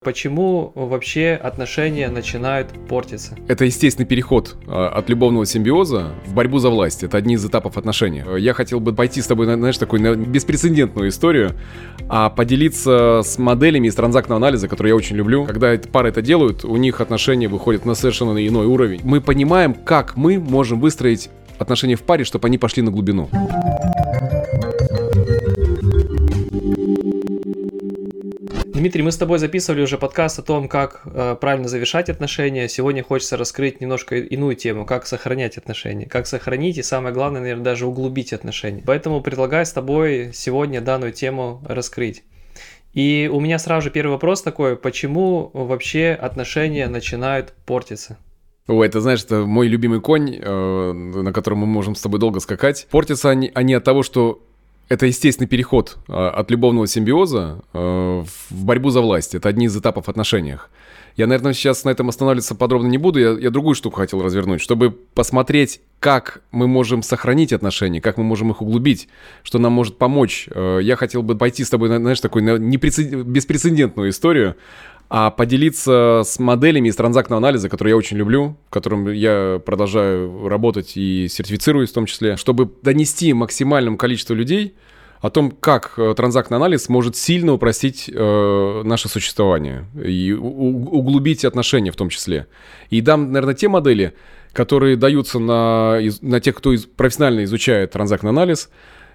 Почему вообще отношения начинают портиться? Это естественный переход от любовного симбиоза в борьбу за власть. Это одни из этапов отношений. Я хотел бы пойти с тобой, знаешь, на беспрецедентную историю, поделиться с моделями из транзактного анализа, которые я очень люблю. Когда пары это делают, у них отношения выходят на совершенно иной уровень. Мы понимаем, как мы можем выстроить отношения в паре, чтобы они пошли на глубину. Дмитрий, мы с тобой записывали уже подкаст о том, как правильно завершать отношения. Сегодня хочется раскрыть немножко иную тему, как сохранять отношения. Как сохранить и, самое главное, наверное, даже углубить отношения. Поэтому предлагаю с тобой сегодня данную тему раскрыть. И у меня сразу же первый вопрос такой: почему вообще отношения начинают портиться? Ой, это, знаешь, это мой любимый конь, на котором мы можем с тобой долго скакать. Портятся они от того, что это естественный переход от любовного симбиоза в борьбу за власть. Это одни из этапов в отношениях. Я, наверное, сейчас на этом останавливаться подробно не буду. Я другую штуку хотел развернуть, чтобы посмотреть, как мы можем сохранить отношения, как мы можем их углубить, что нам может помочь. Я хотел бы пойти с тобой, знаешь, такую беспрецедентную историю, поделиться с моделями из транзактного анализа, которые я очень люблю, в котором я продолжаю работать и сертифицируюсь в том числе, чтобы донести максимальному количеству людей о том, как транзактный анализ может сильно упростить наше существование и углубить отношения в том числе. И дам, наверное, те модели, которые даются на тех, кто профессионально изучает транзактный анализ.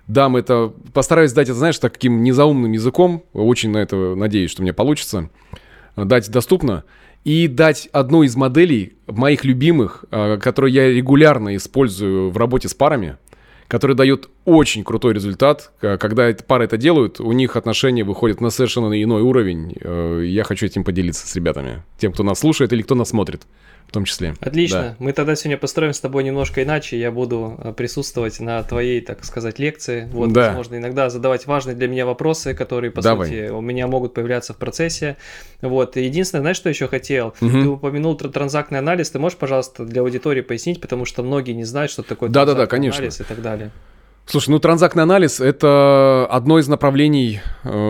Постараюсь дать это, знаешь, таким незаумным языком, очень на это надеюсь, что мне получится, дать доступно, и дать одну из моделей моих любимых, которую я регулярно использую в работе с парами, который дает очень крутой результат. Когда пары это делают, у них отношения выходят на совершенно иной уровень. Я хочу этим поделиться с ребятами, тем, кто нас слушает или кто нас смотрит в том числе. Отлично. Да. Мы тогда сегодня построим с тобой немножко иначе. Я буду присутствовать на твоей, так сказать, лекции. Вот, да. Возможно, иногда задавать важные для меня вопросы, которые, по сути, у меня могут появляться в процессе. Вот. И единственное, знаешь, что еще хотел? Ты упомянул транзактный анализ. Ты можешь, пожалуйста, для аудитории пояснить, потому что многие не знают, что такое транзактный анализ и так далее. Слушай, транзактный анализ – это одно из направлений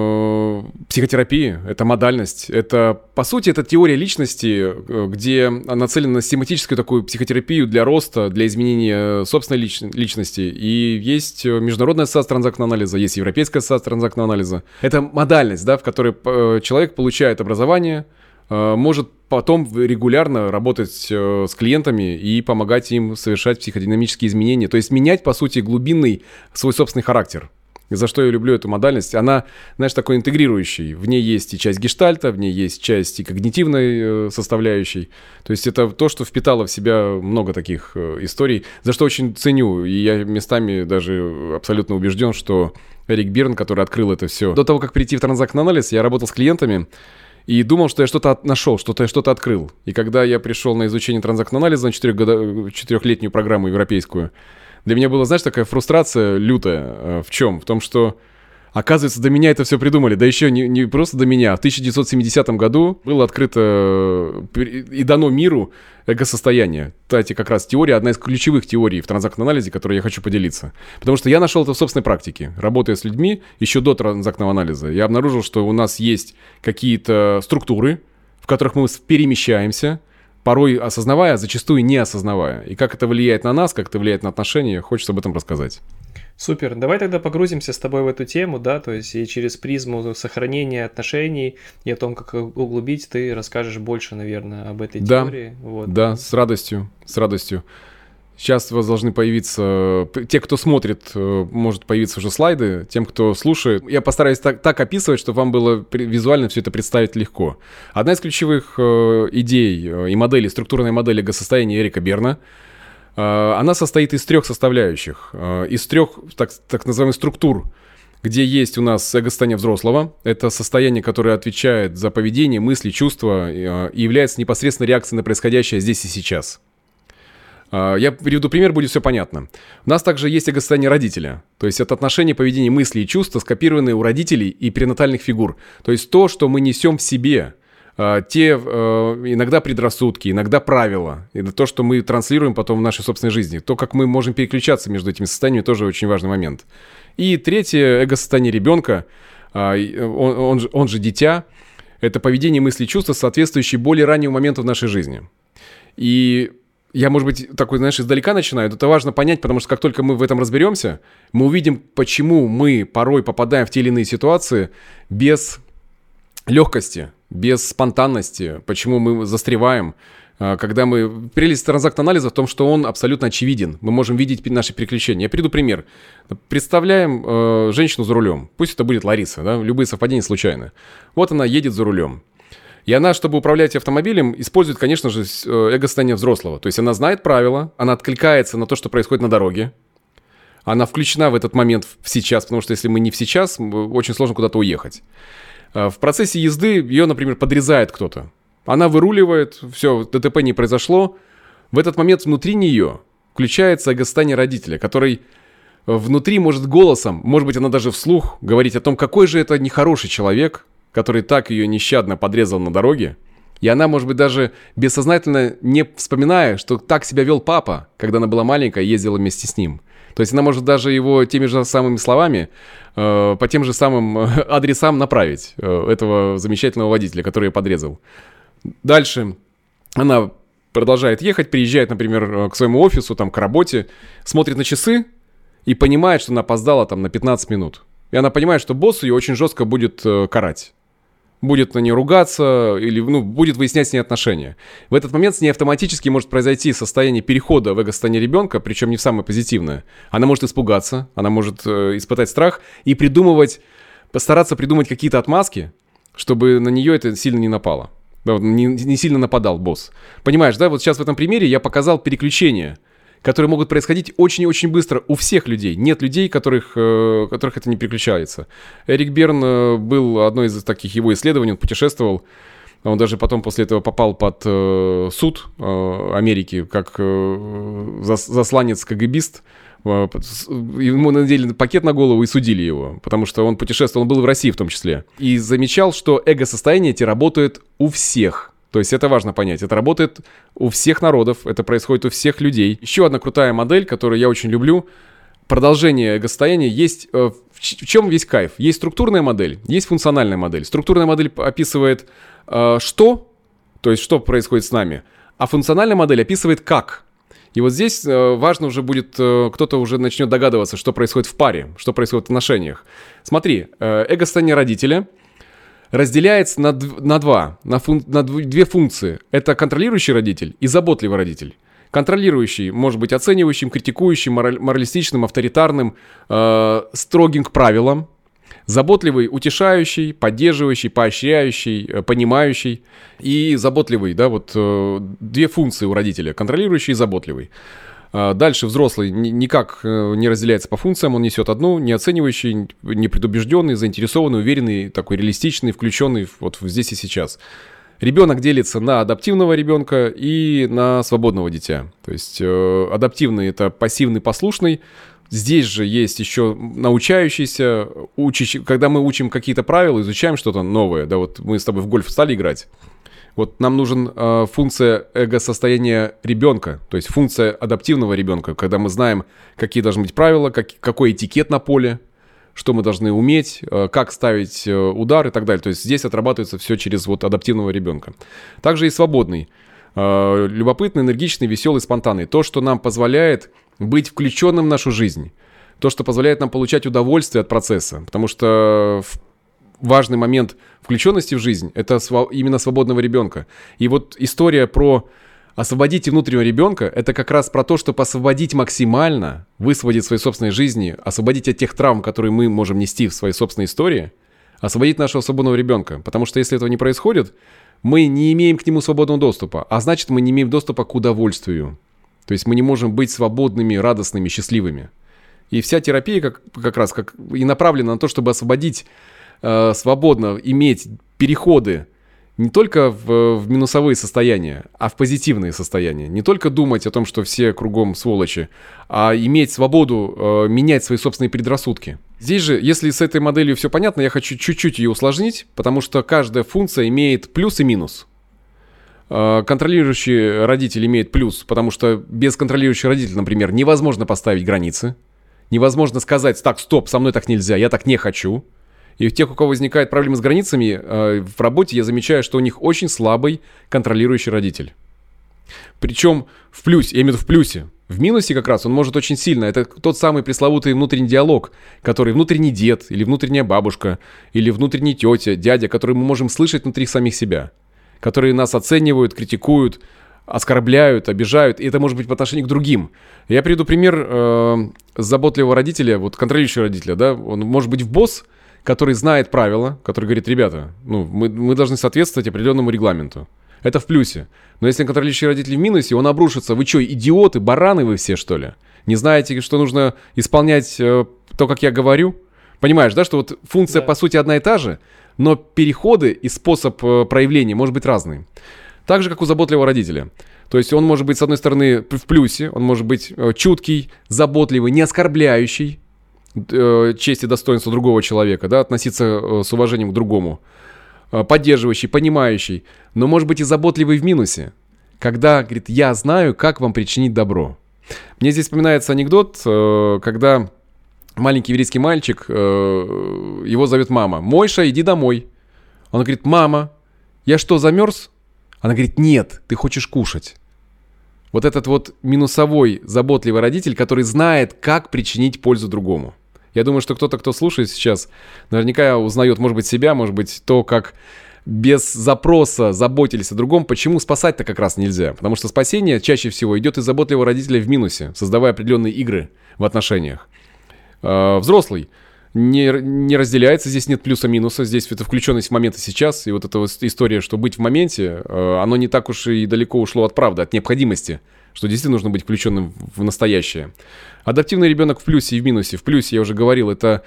психотерапии, это модальность. Это, по сути, это теория личности, где нацелена на систематическую такую психотерапию для роста, для изменения собственной личности. И есть Международная ассоциация транзактного анализа, есть Европейская ассоциация транзактного анализа. Это модальность, да, в которой человек получает образование, может потом регулярно работать с клиентами и помогать им совершать психодинамические изменения. То есть менять, по сути, глубинный свой собственный характер. И за что я люблю эту модальность? Она, знаешь, такой интегрирующей. В ней есть и часть гештальта, в ней есть часть и когнитивной составляющей. То есть это то, что впитало в себя много таких историй, за что очень ценю. И я местами даже абсолютно убежден, что Эрик Берн, который открыл это все. До того, как прийти в транзактный анализ, я работал с клиентами, и думал, что я что-то нашел, что-то открыл. И когда я пришел на изучение транзактного анализа на 4-летнюю программу европейскую, для меня была, знаешь, такая фрустрация лютая. В чем? В том, что, оказывается, до меня это все придумали. Да еще не просто до меня. В 1970 году было открыто и дано миру эго-состояние. Кстати, как раз теория, одна из ключевых теорий в транзактном анализе, которой я хочу поделиться. Потому что я нашел это в собственной практике. Работая с людьми еще до транзактного анализа, я обнаружил, что у нас есть какие-то структуры, в которых мы перемещаемся, порой осознавая, а зачастую не осознавая. И как это влияет на нас, как это влияет на отношения, хочется об этом рассказать. Супер. Давай тогда погрузимся с тобой в эту тему, да, то есть и через призму сохранения отношений и о том, как углубить, ты расскажешь больше, наверное, об этой теории. Вот. Да, с радостью. Сейчас у вас должны появиться... Те, кто смотрит, может появиться уже слайды. Тем, кто слушает, я постараюсь так описывать, чтобы вам было визуально все это представить легко. Одна из ключевых идей и моделей, структурной модели эго-состояния Эрика Берна, она состоит из 3 составляющих, из 3 так называемых структур, где есть у нас эго-состояние взрослого. Это состояние, которое отвечает за поведение, мысли, чувства и является непосредственно реакцией на происходящее здесь и сейчас. Я приведу пример, будет все понятно. У нас также есть эго-состояние родителя. То есть это отношение, поведение, мысли и чувства, скопированные у родителей и перинатальных фигур. То есть то, что мы несем в себе. Те иногда предрассудки, иногда правила. Это то, что мы транслируем потом в нашей собственной жизни. То, как мы можем переключаться между этими состояниями, тоже очень важный момент. И третье, эго-состояние ребенка, он же дитя. это поведение, мысли, чувства, соответствующие более раннему моменту в нашей жизни. И я, может быть, такой, знаешь, издалека начинаю. Это важно понять, потому что как только мы в этом разберемся, мы увидим, почему мы порой попадаем в те или иные ситуации без легкости, без спонтанности, почему мы застреваем. Когда мы... Прелесть транзакт-анализа в том, что он абсолютно очевиден. Мы можем видеть наши переключения. Я приведу пример. Представляем женщину за рулем. Пусть это будет Лариса, да? Любые совпадения случайны. Вот она едет за рулем. И она, чтобы управлять автомобилем, использует, конечно же, эго-состояние взрослого. То есть она знает правила, она откликается на то, что происходит на дороге. Она включена в этот момент в сейчас, потому что если мы не в сейчас, очень сложно куда-то уехать. В процессе езды ее, например, подрезает кто-то. Она выруливает, все, ДТП не произошло. В этот момент внутри нее включается эго-состояние родителя, который внутри может голосом, может быть, она даже вслух, говорить о том, какой же это нехороший человек, который так ее нещадно подрезал на дороге. И она, может быть, даже бессознательно не вспоминая, что так себя вел папа, когда она была маленькая и ездила вместе с ним. То есть она может даже его теми же самыми словами, по тем же самым адресам направить этого замечательного водителя, который ее подрезал. Дальше она продолжает ехать, приезжает, например, к своему офису, там, к работе, смотрит на часы и понимает, что она опоздала там, на 15 минут. И она понимает, что босс ее очень жестко будет карать. Будет на нее ругаться или будет выяснять с ней отношения. В этот момент с ней автоматически может произойти состояние перехода в эго-состояние ребенка, причем не в самое позитивное. Она может испугаться, она может испытать страх и постараться придумать какие-то отмазки, чтобы на нее это сильно не напало. Не сильно нападал босс. Понимаешь, да? Вот сейчас в этом примере я показал переключения, которые могут происходить очень и очень быстро у всех людей. Нет людей, которых это не переключается. Эрик Берн был одно из таких его исследований, он путешествовал. Он даже потом после этого попал под суд Америки, как засланец-КГБист. Ему надели пакет на голову и судили его, потому что он путешествовал, он был в России в том числе. И замечал, что эго-состояние эти работает у всех. То есть это важно понять. Это работает у всех народов, это происходит у всех людей. Еще одна крутая модель, которую я очень люблю. Продолжение эго-состояния есть... В чем весь кайф? Есть структурная модель, есть функциональная модель. Структурная модель описывает что, то есть что происходит с нами, а функциональная модель описывает как. И вот здесь важно уже будет, кто-то уже начнет догадываться, что происходит в паре, что происходит в отношениях. Смотри, эго-состояние родителя разделяется на две функции. Это контролирующий родитель и заботливый родитель. Контролирующий может быть оценивающим, критикующим, моралистичным, авторитарным, строгим к правилам. Заботливый, утешающий, поддерживающий, поощряющий, понимающий. И заботливый, да, вот две функции у родителя, контролирующий и заботливый. Дальше взрослый никак не разделяется по функциям, он несет одну, не оценивающий, непредубежденный, заинтересованный, уверенный, такой реалистичный, включенный вот здесь и сейчас. Ребенок делится на адаптивного ребенка и на свободного дитя. То есть адаптивный – это пассивный, послушный. Здесь же есть еще научающийся, когда мы учим какие-то правила, изучаем что-то новое. Да, вот мы с тобой в гольф стали играть. Вот нам нужен функция эго-состояния ребенка, то есть функция адаптивного ребенка, когда мы знаем, какие должны быть правила, какой этикет на поле, что мы должны уметь, как ставить удар и так далее. То есть здесь отрабатывается все через вот адаптивного ребенка. Также и свободный, любопытный, энергичный, веселый, спонтанный. То, что нам позволяет быть включенным в нашу жизнь. То, что позволяет нам получать удовольствие от процесса. Потому что важный момент включенности в жизнь – это именно свободного ребенка. И вот история про освободите внутреннего ребенка – это как раз про то, чтобы освободить максимально, высвободить в своей собственной жизни, освободить от тех травм, которые мы можем нести в своей собственной истории, освободить нашего свободного ребенка. Потому что если этого не происходит, мы не имеем к нему свободного доступа, а значит, мы не имеем доступа к удовольствию. То есть мы не можем быть свободными, радостными, счастливыми. И вся терапия как раз и направлена на то, чтобы освободить, свободно иметь переходы не только в минусовые состояния, а в позитивные состояния. Не только думать о том, что все кругом сволочи, а иметь свободу менять свои собственные предрассудки. Здесь же, если с этой моделью все понятно, я хочу чуть-чуть ее усложнить, потому что каждая функция имеет плюс и минус. Контролирующий родитель имеет плюс, потому что без контролирующего родителя, например, невозможно поставить границы. Невозможно сказать: так, стоп, со мной так нельзя, я так не хочу. И у тех, у кого возникают проблемы с границами, в работе я замечаю, что у них очень слабый контролирующий родитель. Причем в плюсе, я имею в виду в плюсе. В минусе как раз он может очень сильно. Это тот самый пресловутый внутренний диалог, который внутренний дед, или внутренняя бабушка, или внутренний тетя, дядя, который мы можем слышать внутри самих себя. Которые нас оценивают, критикуют, оскорбляют, обижают. И это может быть по отношению к другим. Я приведу пример заботливого родителя, вот контролирующего родителя. Да? Он может быть в босс, который знает правила, который говорит: ребята, мы должны соответствовать определенному регламенту. Это в плюсе. Но если контролирующий родитель в минусе, он обрушится. Вы что, идиоты, бараны вы все, что ли? Не знаете, что нужно исполнять то, как я говорю? Понимаешь, да, что вот функция, по сути, одна и та же, но переходы и способ проявления может быть разный. Так же, как у заботливого родителя. То есть он может быть, с одной стороны, в плюсе, он может быть чуткий, заботливый, не оскорбляющий честь и достоинство другого человека, да, относиться с уважением к другому. Поддерживающий, понимающий, но может быть и заботливый в минусе, когда говорит: я знаю, как вам причинить добро. Мне здесь вспоминается анекдот, когда маленький еврейский мальчик, его зовет мама: Мойша, иди домой. Он говорит: мама, я что, замерз? Она говорит: нет, ты хочешь кушать. Вот этот вот минусовой, заботливый родитель, который знает, как причинить пользу другому. Я думаю, что кто-то, кто слушает сейчас, наверняка узнает, может быть, себя, может быть, то, как без запроса заботились о другом. Почему спасать-то как раз нельзя? Потому что спасение чаще всего идет из заботливого родителя в минусе, создавая определенные игры в отношениях. Взрослый не разделяется, здесь нет плюса-минуса, здесь это включенность в момент и сейчас. И вот эта вот история, что быть в моменте, оно не так уж и далеко ушло от правды, от необходимости, что действительно нужно быть включенным в настоящее. Адаптивный ребенок в плюсе и в минусе. В плюсе, я уже говорил, это,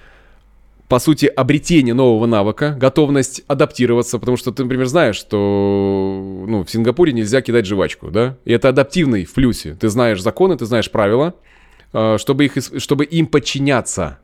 по сути, обретение нового навыка, готовность адаптироваться, потому что ты, например, знаешь, что в Сингапуре нельзя кидать жвачку, да? И это адаптивный в плюсе. Ты знаешь законы, ты знаешь правила, чтобы им подчиняться.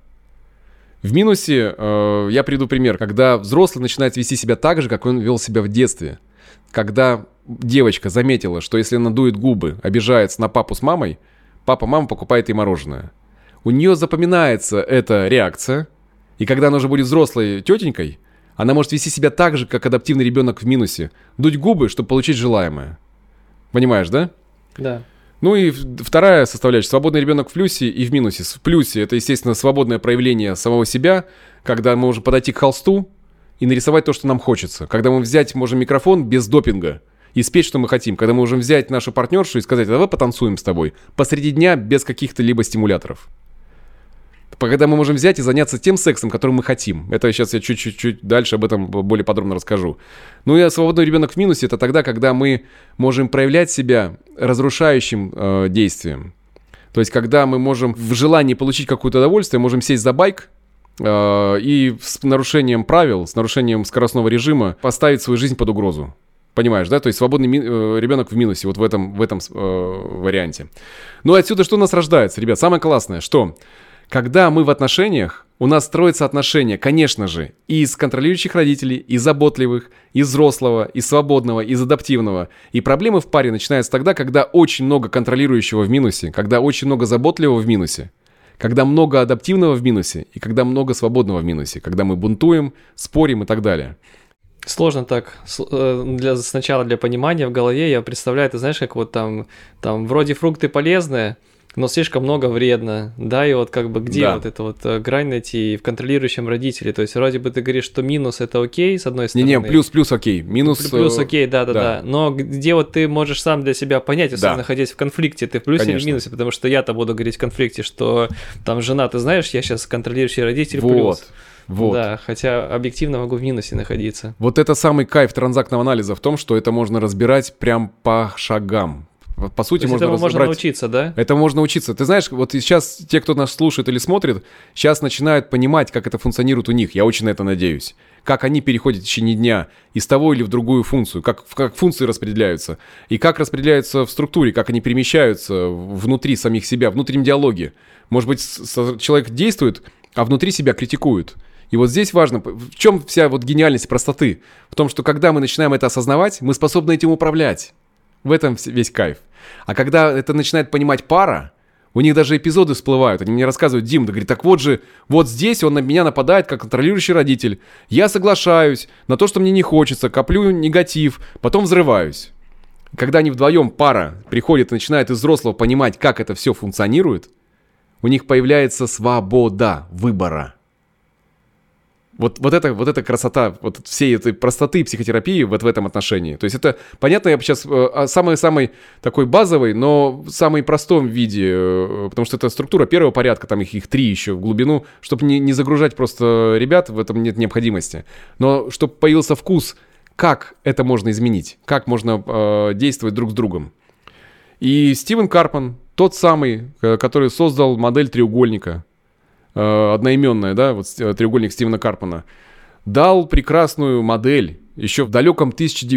В минусе я приведу пример, когда взрослый начинает вести себя так же, как он вел себя в детстве. Когда девочка заметила, что если она дует губы, обижается на папу с мамой, папа-мама покупает ей мороженое. У нее запоминается эта реакция, и когда она уже будет взрослой тетенькой, она может вести себя так же, как адаптивный ребенок в минусе. Дуть губы, чтобы получить желаемое. Понимаешь, да? Да. Ну и вторая составляющая. Свободный ребенок в плюсе и в минусе. В плюсе это, естественно, свободное проявление самого себя, когда мы можем подойти к холсту и нарисовать то, что нам хочется. Когда мы можем микрофон без допинга и спеть, что мы хотим. Когда мы можем взять нашу партнершу и сказать: давай потанцуем с тобой. Посреди дня без каких-то либо стимуляторов. Когда мы можем взять и заняться тем сексом, которым мы хотим. Это сейчас я чуть-чуть дальше об этом более подробно расскажу. Ну и свободный ребенок в минусе — это тогда, когда мы можем проявлять себя разрушающим действием. То есть когда мы можем в желании получить какое-то удовольствие, можем сесть за байк и с нарушением правил, с нарушением скоростного режима поставить свою жизнь под угрозу. Понимаешь, да? То есть свободный ребенок в минусе вот в этом варианте. Ну и отсюда что у нас рождается, ребят? Самое классное, что когда мы в отношениях, у нас строятся отношения, конечно же, и из контролирующих родителей, и заботливых, и взрослого, и свободного, и адаптивного. И проблемы в паре начинаются тогда, когда очень много контролирующего в минусе, когда очень много заботливого в минусе, когда много адаптивного в минусе, и когда много свободного в минусе, когда мы бунтуем, спорим и так далее. Сложно так. Сначала для понимания в голове я представляю, ты знаешь, как вот там вроде фрукты полезные, но слишком много вредно, да, и вот как бы где вот эта вот грань найти в контролирующем родителе, то есть вроде бы ты говоришь, что минус это окей, с одной стороны. Не, плюс окей, минус... Плюс окей, да, но где вот ты можешь сам для себя понять, особенно находясь в конфликте, ты в плюсе или в минусе, потому что я-то буду говорить в конфликте, что там жена, ты знаешь, я сейчас контролирующий родитель плюс. Вот. Да, хотя объективно могу в минусе находиться. Вот это самый кайф транзактного анализа в том, что это можно разбирать прям по шагам. По сути, можно разобрать. Можно научиться, да? Это можно учиться. Ты знаешь, вот сейчас те, кто нас слушает или смотрит, сейчас начинают понимать, как это функционирует у них. Я очень на это надеюсь. Как они переходят в течение дня из того или в другую функцию, как функции распределяются, и как распределяются в структуре, как они перемещаются внутри самих себя, в внутреннем диалоге. Может быть, человек действует, а внутри себя критикует. И вот здесь важно, в чем вся вот гениальность простоты? В том, что когда мы начинаем это осознавать, мы способны этим управлять. В этом весь кайф. А когда это начинает понимать пара, У них даже эпизоды всплывают. Они мне рассказывают: Дим, да, говорит, так вот же, вот здесь он на меня нападает как контролирующий родитель. Я соглашаюсь на то, что мне не хочется, коплю негатив, потом взрываюсь. Когда они вдвоем, пара, приходит и начинает из взрослого понимать, как это все функционирует, у них появляется свобода выбора. Вот эта красота, вот всей этой простоты психотерапии вот в этом отношении. То есть это, понятно, я сейчас самый такой базовый, но в самой простом виде, потому что это структура первого порядка, там их 3 еще в глубину, чтобы не загружать просто ребят, в этом нет необходимости. Но чтобы появился вкус, как это можно изменить, как можно действовать друг с другом. И Стивен Карпман, тот самый, который создал модель треугольника, одноименная, да, вот треугольник Стивена Карпмана, дал прекрасную модель. Еще в далеком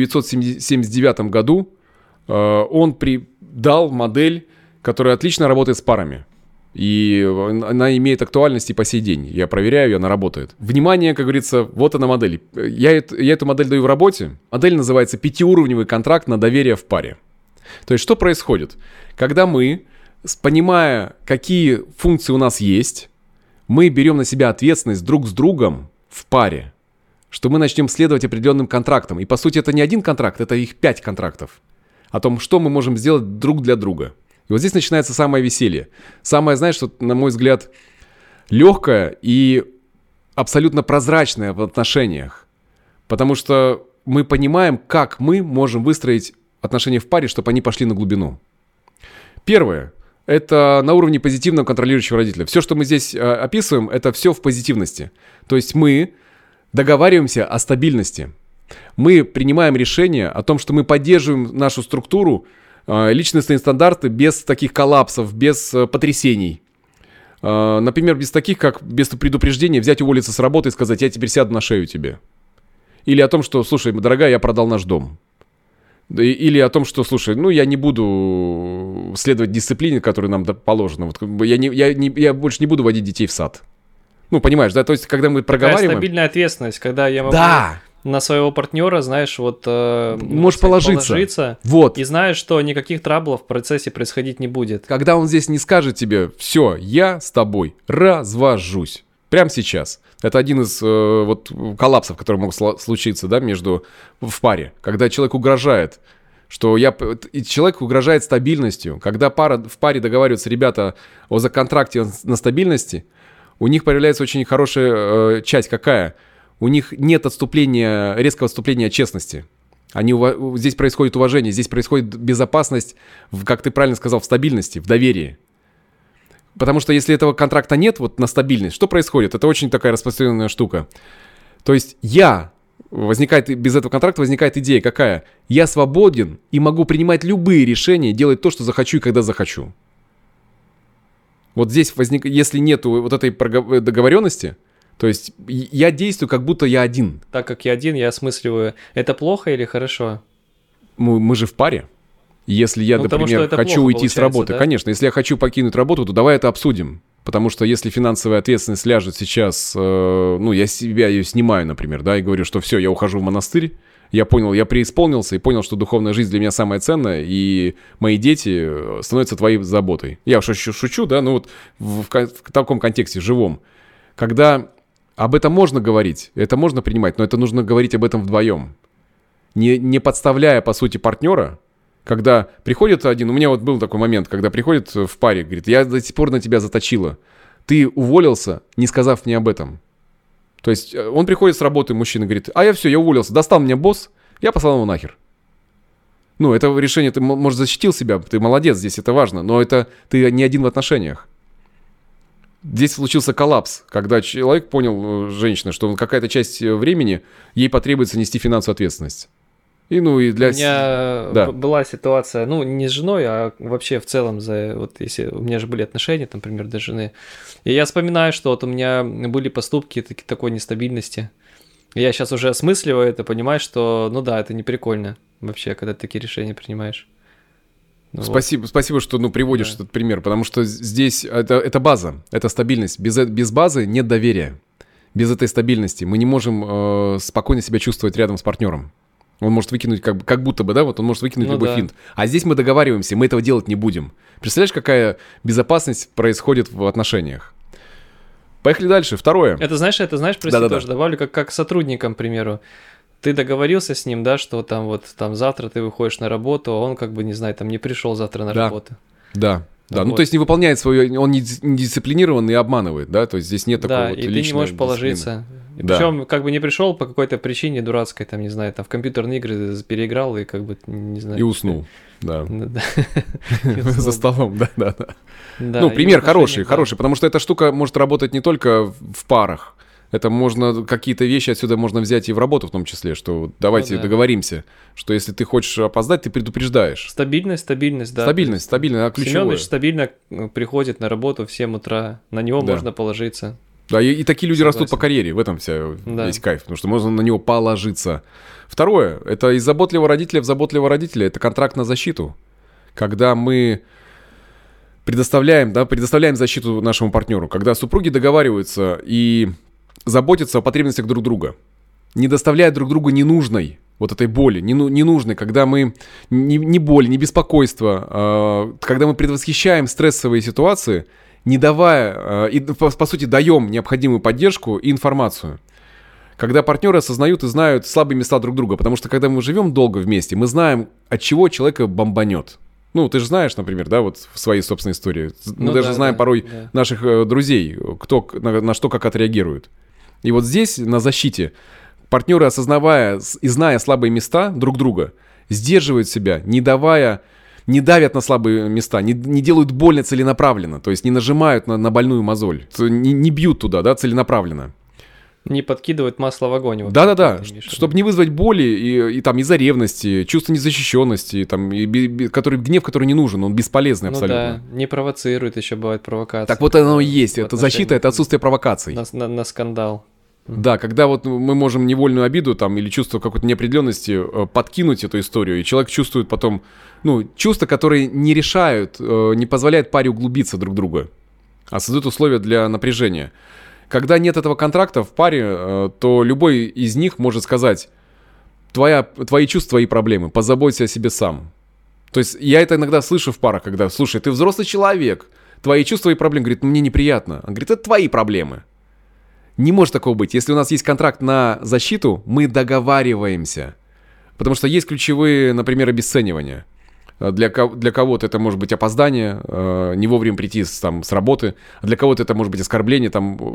1979 году он дал модель, которая отлично работает с парами. И она имеет актуальность и по сей день. Я проверяю, и она работает. Внимание, как говорится, вот она модель. Я эту модель даю в работе. Модель называется 5-уровневый контракт на доверие в паре. То есть что происходит? Когда мы, понимая, какие функции у нас есть, мы берем на себя ответственность друг с другом в паре, что мы начнем следовать определенным контрактам. И по сути это не один контракт, это их 5 контрактов. О том, что мы можем сделать друг для друга. И вот здесь начинается самое веселье. Самое, знаешь, что, на мой взгляд, легкое и абсолютно прозрачное в отношениях. Потому что мы понимаем, как мы можем выстроить отношения в паре, чтобы они пошли на глубину. Первое. Это на уровне позитивного контролирующего родителя. Все, что мы здесь описываем, это все в позитивности. То есть мы договариваемся о стабильности. Мы принимаем решение о том, что мы поддерживаем нашу структуру, личностные стандарты без таких коллапсов, без потрясений. Например, без таких, как без предупреждения взять, уволиться с работы и сказать: я теперь сяду на шею тебе. Или о том, что: слушай, дорогая, я продал наш дом. Или о том, что: слушай, я не буду следовать дисциплине, которая нам положена. Вот я больше не буду водить детей в сад. Понимаешь, да? То есть, когда мы проговариваем... Такая стабильная ответственность, когда я могу на своего партнера, знаешь, вот... Можешь положиться. Вот. И знаешь, что никаких траблов в процессе происходить не будет. Когда он здесь не скажет тебе: все, я с тобой развожусь. Прямо сейчас. Это один из коллапсов, которые могут случиться, да, в паре. Когда человек угрожает, и человек угрожает стабильностью. Когда в паре договариваются ребята о законтракте на стабильности, у них появляется очень хорошая часть какая? У них нет резкого отступления от честности. Здесь происходит уважение, здесь происходит безопасность, как ты правильно сказал, в стабильности, в доверии. Потому что если этого контракта нет, на стабильность, что происходит? Это очень такая распространенная штука. То есть без этого контракта возникает идея какая? Я свободен и могу принимать любые решения, делать то, что захочу и когда захочу. Вот здесь если нет вот этой договоренности, то есть я действую, как будто я один. Так как я один, я осмысливаю, это плохо или хорошо? Мы же в паре. Если я, например, хочу уйти с работы, да? Конечно, если я хочу покинуть работу, то давай это обсудим. Потому что если финансовая ответственность ляжет сейчас, я себя ее снимаю, например, да, и говорю, что все, я ухожу в монастырь, я преисполнился и понял, что духовная жизнь для меня самая ценная, и мои дети становятся твоей заботой. Я уж шучу, да, в таком контексте живом. Когда об этом можно говорить, это можно принимать, но это нужно говорить об этом вдвоем. Не подставляя, по сути, партнера. Когда приходит один, у меня был такой момент, когда приходит в паре, говорит: я до сих пор на тебя заточила. Ты уволился, не сказав мне об этом. То есть он приходит с работы, мужчина говорит: я уволился, достал меня босс, я послал его нахер. Это решение, ты, может, защитил себя, ты молодец, здесь это важно, но ты не один в отношениях. Здесь случился коллапс, когда человек понял, женщина, что какая-то часть времени ей потребуется нести финансовую ответственность. У меня была ситуация, не с женой, а вообще в целом, если у меня же были отношения, например, до жены, и я вспоминаю, что у меня были поступки такой нестабильности. И я сейчас уже осмысливаю это, понимаю, что, это не прикольно вообще, когда ты такие решения принимаешь. Спасибо, что приводишь этот пример, потому что здесь это база, это стабильность. Без базы нет доверия. Без этой стабильности мы не можем спокойно себя чувствовать рядом с партнером. Он может выкинуть как будто бы, да, вот он может выкинуть любой да. финт. А здесь мы договариваемся, мы этого делать не будем. Представляешь, какая безопасность происходит в отношениях? Поехали дальше. Второе. Это знаешь, прости, Да-да-да. тоже добавлю, как сотрудникам, к примеру. Ты договорился с ним, да, что там завтра ты выходишь на работу, а он не знаю, не пришел завтра на работу. Да. Ну Вот. то есть не выполняет свою, он не дисциплинирован и обманывает, да, то есть здесь нет такого вот и ты личной не можешь дисциплины. положиться. Да. Причем не пришел по какой-то причине дурацкой, не знаю, в компьютерные игры переиграл и не знаю. И уснул, да. Да. За столом, да. Да, Ну, и пример в отношениях, хороший, потому что эта штука может работать не только в парах. Это можно, какие-то вещи отсюда можно взять и в работу в том числе, что давайте договоримся, что если ты хочешь опоздать, ты предупреждаешь. Стабильность, да. Стабильность, а ключевое. Семёныч стабильно приходит на работу в 7 утра, на него можно положиться. Да, и такие люди растут по карьере, в этом весь кайф, потому что можно на него положиться. Второе, это из заботливого родителя в заботливого родителя, это контракт на защиту. Когда мы предоставляем защиту нашему партнеру, когда супруги договариваются и заботятся о потребностях друг друга, не доставляя друг другу ненужной вот этой боли, ненужной, когда мы не боль, не беспокойство, когда мы предвосхищаем стрессовые ситуации, не давая, и по сути даем необходимую поддержку и информацию. Когда партнеры осознают и знают слабые места друг друга, потому что когда мы живем долго вместе, мы знаем, от чего человека бомбанет. Ну, ты же знаешь, например, да, вот в своей собственной истории. Мы даже знаем порой наших друзей, кто на что как отреагирует. И вот здесь, на защите, партнеры, осознавая и зная слабые места друг друга, сдерживают себя, не давят на слабые места, не делают больно целенаправленно, то есть не нажимают на больную мозоль, не бьют туда, да, целенаправленно. Не подкидывают масло в огонь. Да, чтобы не вызвать боли и из-за ревности, чувства незащищенности, гнев, который не нужен, он бесполезный абсолютно. Не провоцирует, еще бывает провокация. Так вот оно и есть, это защита, это отсутствие провокаций. На скандал. Да, когда вот мы можем невольную обиду или чувство какой-то неопределенности подкинуть эту историю, и человек чувствует потом, чувства, которые не решают, не позволяют паре углубиться друг в друга, а создают условия для напряжения. Когда нет этого контракта в паре, то любой из них может сказать: твои чувства, твои проблемы, позаботься о себе сам. То есть я это иногда слышу в парах, когда: слушай, ты взрослый человек, твои чувства и проблемы. Говорит, мне неприятно. Он говорит, это твои проблемы. Не может такого быть. Если у нас есть контракт на защиту, мы договариваемся. Потому что есть ключевые, например, обесценивания. Для кого-то это может быть опоздание, не вовремя прийти с работы. А для кого-то это может быть оскорбление.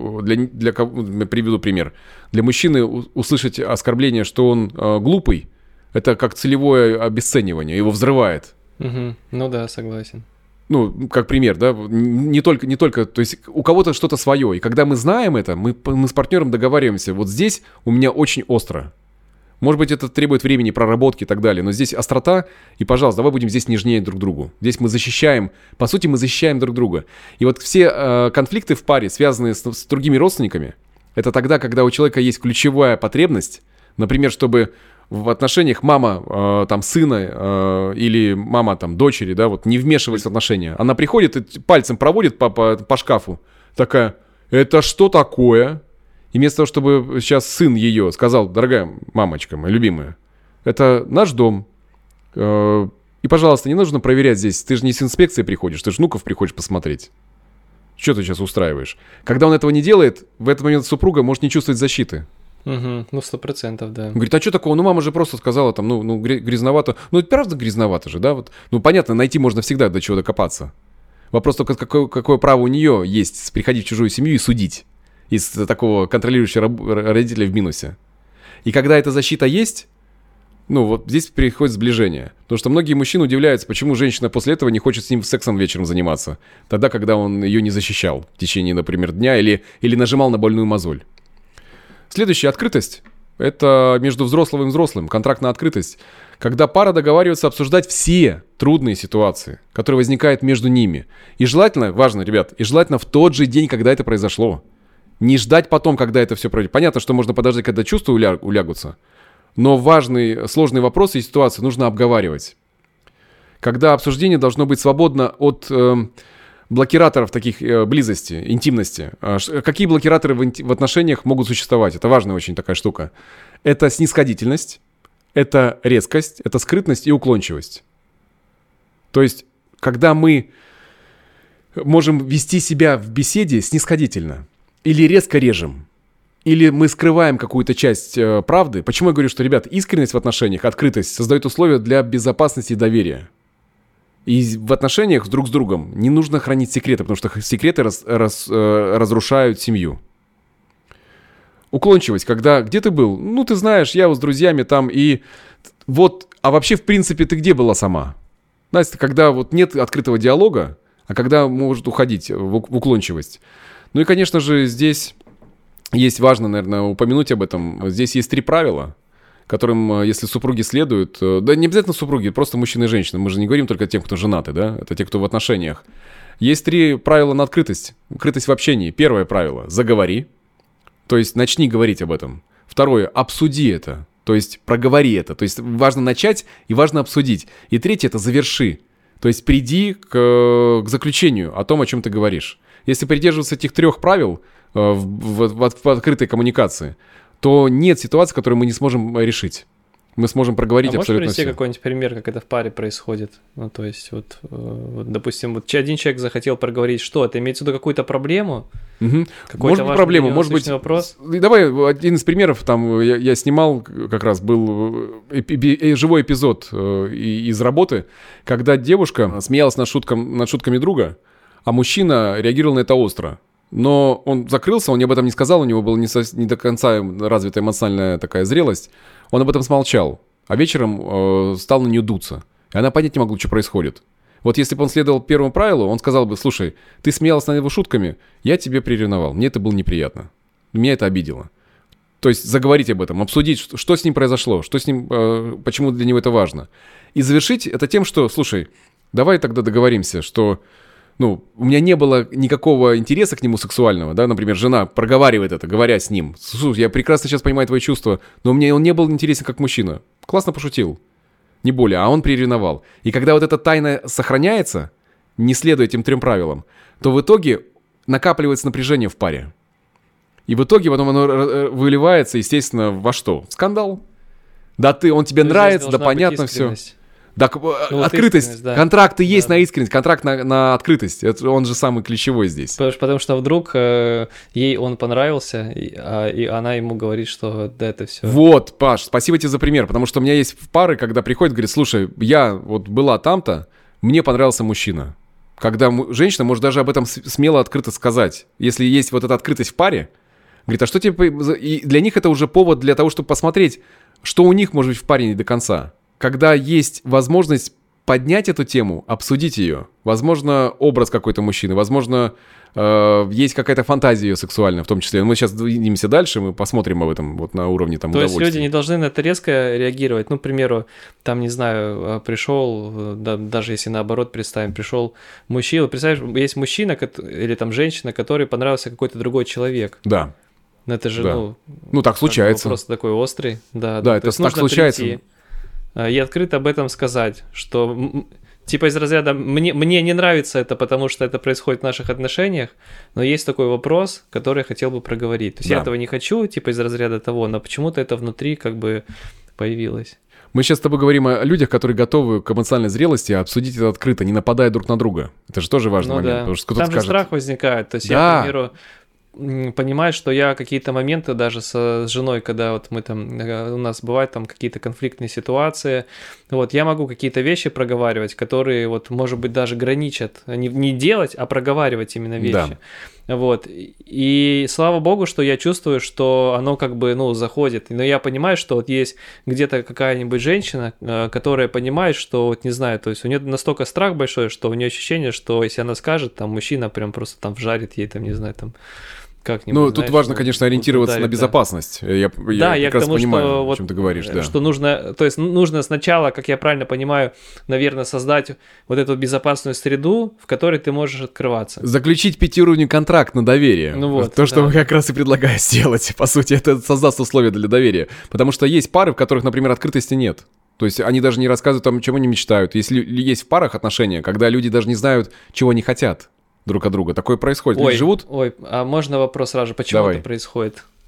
Я приведу пример. Для мужчины услышать оскорбление, что он глупый, это как целевое обесценивание. Его взрывает. Угу. Ну да, согласен. Как пример, да, не только, то есть у кого-то что-то свое. И когда мы знаем это, мы с партнером договариваемся. Вот здесь у меня очень остро. Может быть, это требует времени, проработки и так далее. Но здесь острота, и, пожалуйста, давай будем здесь нежнее друг к другу. Здесь мы защищаем, по сути, мы защищаем друг друга. И вот все конфликты в паре, связанные с другими родственниками, это тогда, когда у человека есть ключевая потребность, например, чтобы в отношениях мама сына или мама дочери, да, вот не вмешивались в отношения. Она приходит и пальцем проводит по шкафу, такая: это что такое? И вместо того, чтобы сейчас сын ее сказал: дорогая мамочка, моя любимая, это наш дом. И, пожалуйста, не нужно проверять здесь. Ты же не с инспекцией приходишь, ты же внуков приходишь посмотреть. Что ты сейчас устраиваешь? Когда он этого не делает, в этот момент супруга может не чувствовать защиты. Угу, 100%, да. Он говорит, а что такого? Мама же просто сказала грязновато. Это правда грязновато же, да? Понятно, найти можно всегда, до чего докопаться. Вопрос только, какое право у нее есть приходить в чужую семью и судить из такого контролирующего родителя в минусе. И когда эта защита есть, здесь приходит сближение. Потому что многие мужчины удивляются, почему женщина после этого не хочет с ним сексом вечером заниматься. Тогда, когда он ее не защищал в течение, например, дня или нажимал на больную мозоль. Следующая открытость. Это между взрослым и взрослым. Контракт на открытость. Когда пара договаривается обсуждать все трудные ситуации, которые возникают между ними. И желательно, важно, ребят, в тот же день, когда это произошло. Не ждать потом, когда это все пройдет. Понятно, что можно подождать, когда чувства улягутся. Но важные, сложные вопросы и ситуации нужно обговаривать. Когда обсуждение должно быть свободно от блокираторов таких близости, интимности. Какие блокираторы в отношениях могут существовать? Это важная очень такая штука. Это снисходительность, это резкость, это скрытность и уклончивость. То есть, когда мы можем вести себя в беседе снисходительно, или резко режем, или мы скрываем какую-то часть правды. Почему я говорю, что, ребят, искренность в отношениях, открытость создает условия для безопасности и доверия. И в отношениях друг с другом не нужно хранить секреты, потому что секреты разрушают семью. Уклончивость, когда где ты был? Ну, ты знаешь, я с друзьями там, и вот, а вообще, в принципе, ты где была сама? Настя, когда вот нет открытого диалога, а когда может уходить в уклончивость. Ну и, конечно же, здесь есть важно, наверное, упомянуть об этом. Здесь есть 3 правила, которым, если супруги следуют, да не обязательно супруги, просто мужчина и женщина. Мы же не говорим только о тех, кто женаты, да? Это те, кто в отношениях. Есть 3 правила на открытость. Открытость в общении. Первое правило – заговори. То есть начни говорить об этом. Второе – обсуди это. То есть проговори это. То есть важно начать и важно обсудить. И третье – это заверши. То есть приди к заключению о том, о чем ты говоришь. Если придерживаться этих 3 правил в открытой коммуникации, то нет ситуации, которую мы не сможем решить. Мы сможем проговорить абсолютно можешь привести все. какой-нибудь пример, как это в паре происходит? Ну, то есть, вот, допустим, вот один человек захотел проговорить, что это имеется в виду какую-то проблему? Угу. Какой-то может быть проблема, может быть вопрос? Давай один из примеров. Там я снимал, как раз был живой эпизод из работы, когда девушка смеялась над шутками друга, а мужчина реагировал на это остро. Но он закрылся, он об этом не сказал, у него была не до конца развита эмоциональная такая зрелость. Он об этом смолчал, а вечером стал на нее дуться. И она понять не могла, что происходит. Вот если бы он следовал первому правилу, он сказал бы: слушай, ты смеялся над его шутками, я тебе приревновал, мне это было неприятно, меня это обидело. То есть заговорить об этом, обсудить, что с ним произошло, что с ним, почему для него это важно. И завершить это тем, что, слушай, давай тогда договоримся, что... Ну, у меня не было никакого интереса к нему сексуального, да, например, жена проговаривает это, говоря с ним: слушай, я прекрасно сейчас понимаю твои чувства, но мне он не был интересен как мужчина. Классно пошутил, не более, а он приревновал. И когда вот эта тайна сохраняется, не следуя этим 3 правилам, то в итоге накапливается напряжение в паре. И в итоге потом оно выливается, естественно, во что? Скандал. Да он тебе нравится, да понятно все. Да, открытость, да. Контракты есть на искренность, контракт на открытость. Он же самый ключевой здесь. Потому что вдруг ей он понравился, и она ему говорит, что да, это все. Вот, Паш, спасибо тебе за пример, потому что у меня есть пары, когда приходят, говорят: слушай, я вот была там-то, мне понравился мужчина. Когда женщина может даже об этом смело, открыто сказать. Если есть вот эта открытость в паре, говорит: а что тебе... И для них это уже повод для того, чтобы посмотреть, что у них может быть в паре не до конца. Когда есть возможность поднять эту тему, обсудить ее. Возможно, образ какой-то мужчины, возможно, есть какая-то фантазия ее сексуальная в том числе. Мы сейчас двинемся дальше, мы посмотрим об этом вот на уровне там удовольствия. То есть люди не должны на это резко реагировать. Ну, к примеру, там, не знаю, пришел, да, даже если наоборот представим, пришел мужчина, представляешь, есть мужчина или там женщина, которой понравился какой-то другой человек. Да. Но это же, да. Ну, так случается. Вопрос такой острый. Да, это так случается. Прийти и открыто об этом сказать, что типа из разряда мне не нравится это, потому что это происходит в наших отношениях, но есть такой вопрос, который я хотел бы проговорить. То есть я этого не хочу, типа из разряда того, но почему-то это внутри как бы появилось. Мы сейчас с тобой говорим о людях, которые готовы к эмоциональной зрелости, обсудить это открыто, не нападая друг на друга. Это же тоже важный момент. Да. Потому что кто-то там же страх возникает. То есть я, к примеру, понимаю, что я какие-то моменты даже с женой, когда вот мы там, у нас бывают там какие-то конфликтные ситуации, вот, я могу какие-то вещи проговаривать, которые вот, может быть, даже граничат, не делать, а проговаривать именно вещи. Да. Вот, и слава богу, что я чувствую, что оно как бы, заходит, но я понимаю, что вот есть где-то какая-нибудь женщина, которая понимает, что, вот не знаю, то есть у нее настолько страх большой, что у нее ощущение, что если она скажет, там, мужчина прям просто там вжарит ей, там, не знаю, там, как-нибудь. Тут важно, конечно, ориентироваться на безопасность. Да. Я как раз понимаю, о чем ты говоришь. Да. Что нужно, то есть нужно сначала, как я правильно понимаю, наверное, создать вот эту безопасную среду, в которой ты можешь открываться. Заключить 5-уровневый контракт на доверие. Что мы как раз и предлагаем сделать. По сути, это создаст условия для доверия. Потому что есть пары, в которых, например, открытости нет. То есть они даже не рассказывают о чем они мечтают. Если есть в парах отношения, когда люди даже не знают, чего они хотят друг от друга. Такое происходит. Люди живут. А можно вопрос сразу же? Почему это происходит?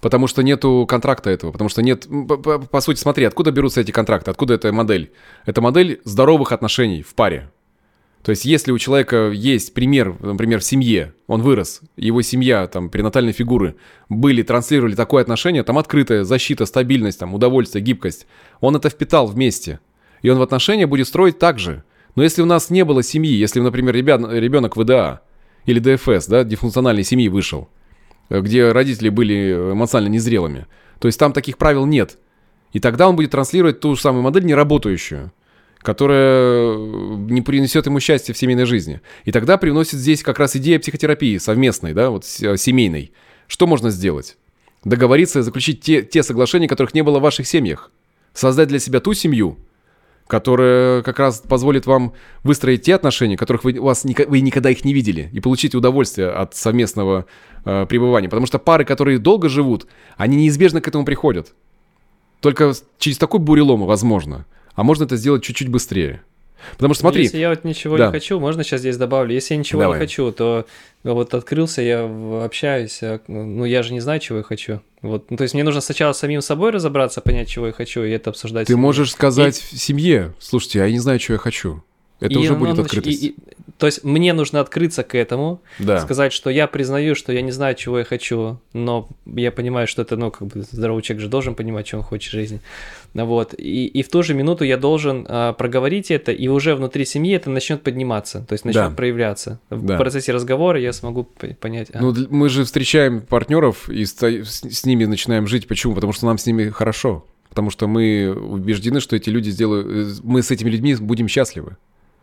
Потому что нету контракта этого, потому что нет... По сути, смотри, откуда берутся эти контракты, откуда эта модель? Это модель здоровых отношений в паре. То есть, если у человека есть пример, например, в семье, он вырос, его семья, там, перинатальные фигуры транслировали такое отношение, там, открытая защита, стабильность, там, удовольствие, гибкость, он это впитал вместе, и он в отношения будет строить так же. Но если у нас не было семьи, если, например, ребенок ВДА или ДФС, да, дисфункциональной семьи вышел, где родители были эмоционально незрелыми, то есть там таких правил нет. И тогда он будет транслировать ту же самую модель, неработающую, которая не принесет ему счастья в семейной жизни. И тогда привносит здесь как раз идея психотерапии совместной, да, вот семейной. Что можно сделать? Договориться и заключить те соглашения, которых не было в ваших семьях. Создать для себя ту семью, которая как раз позволит вам выстроить те отношения, которых вы никогда их не видели, и получить удовольствие от совместного пребывания. Потому что пары, которые долго живут, они неизбежно к этому приходят. Только через такой бурелом возможно. А можно это сделать чуть-чуть быстрее. Потому что смотри... Если я вот ничего не хочу, можно сейчас здесь добавлю? Если я ничего не хочу, то вот открылся, я общаюсь, ну я же не знаю, чего я хочу. Вот. Ну, то есть мне нужно сначала самим собой разобраться, понять, чего я хочу, и это обсуждать. Ты можешь сказать в семье: слушайте, я не знаю, чего я хочу. Это уже будет открытость. То есть мне нужно открыться к этому, сказать, что я признаю, что я не знаю, чего я хочу, но я понимаю, что это, ну, как бы здоровый человек же должен понимать, чего он хочет в жизни. Вот. И в ту же минуту я должен проговорить это, и уже внутри семьи это начнет подниматься, то есть начнет проявляться. В процессе разговора я смогу понять. Ну, мы же встречаем партнеров и с ними начинаем жить. Почему? Потому что нам с ними хорошо. Потому что мы убеждены, что эти люди мы с этими людьми будем счастливы.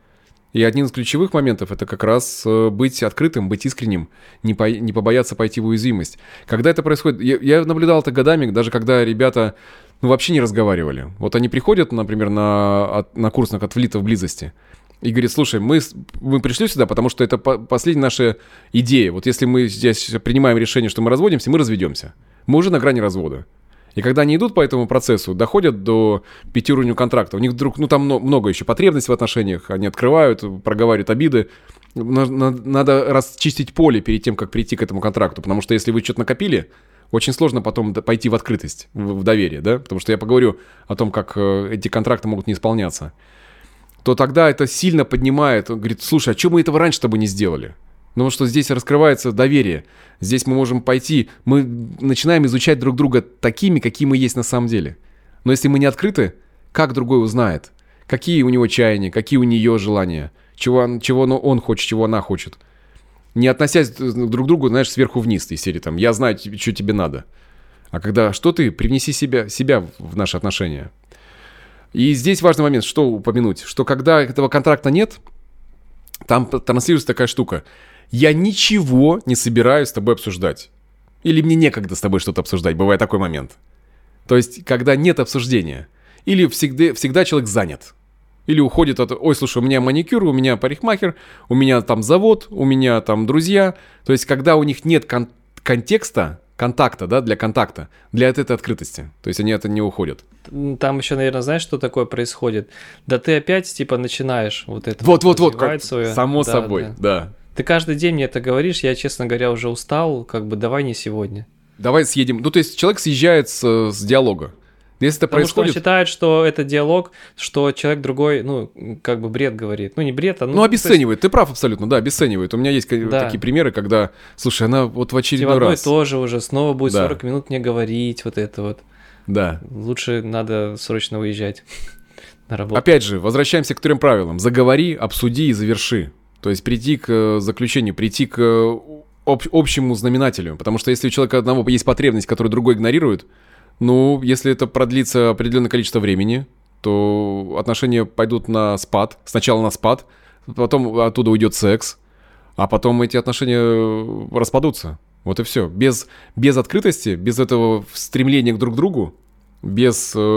И один из ключевых моментов – это как раз быть открытым, быть искренним, не побояться пойти в уязвимость. Когда это происходит, я наблюдал это годами, даже когда ребята вообще не разговаривали. Вот они приходят, например, на курс на «Отвлито в близости» и говорят: слушай, мы пришли сюда, потому что это последняя наша идея. Вот если мы здесь принимаем решение, что мы разводимся, мы разведемся. Мы уже на грани развода. И когда они идут по этому процессу, доходят до 5 уровней контракта, у них вдруг, там много еще потребностей в отношениях, они открывают, проговаривают обиды. Надо расчистить поле перед тем, как прийти к этому контракту, потому что если вы что-то накопили, очень сложно потом пойти в открытость, в доверие, да, потому что я поговорю о том, как эти контракты могут не исполняться, то тогда это сильно поднимает, говорит: слушай, а что мы этого раньше с тобой не сделали? Ну, что здесь раскрывается доверие. Здесь мы можем пойти, мы начинаем изучать друг друга такими, какие мы есть на самом деле. Но если мы не открыты, как другой узнает? Какие у него чаяния, какие у нее желания? Чего он хочет, чего она хочет? Не относясь друг к другу, знаешь, сверху вниз, из серии там: я знаю, что тебе надо. А когда что ты, привнеси себя в наши отношения. И здесь важный момент, что упомянуть, что когда этого контракта нет, там транслируется такая штука: я ничего не собираюсь с тобой обсуждать. Или мне некогда с тобой что-то обсуждать. Бывает такой момент. То есть, когда нет обсуждения. Или всегда человек занят. Или уходит от: ой, слушай, у меня маникюр, у меня парикмахер, у меня там завод, у меня там друзья. То есть, когда у них нет контекста, контакта, да, для контакта, для этой открытости. То есть, они это не уходят. Там еще, наверное, знаешь, что такое происходит? Да ты опять, типа, начинаешь вот это. Вот, само собой, да. Ты каждый день мне это говоришь, я, честно говоря, уже устал, как бы давай не сегодня. Давай съедем. Ну, то есть человек съезжает с диалога. Если это Потому происходит... что он считает, что это диалог, что человек другой, ну, как бы бред говорит. Ну, не бред, а... Ну, обесценивает. Есть... Ты прав абсолютно, да, обесценивает. У меня есть такие примеры, когда, слушай, она вот в очередной раз... одно и то же уже, снова будет 40 минут мне говорить, вот это вот. Да. Лучше надо срочно уезжать на работу. Опять же, возвращаемся к 3 правилам. Заговори, обсуди и заверши. То есть прийти к заключению, прийти к общему знаменателю. Потому что если у человека одного есть потребность, которую другой игнорирует, ну, если это продлится определенное количество времени, то отношения пойдут на спад. Сначала на спад, потом оттуда уйдет секс, а потом эти отношения распадутся. Вот и все. Без открытости, без этого стремления друг к другу, без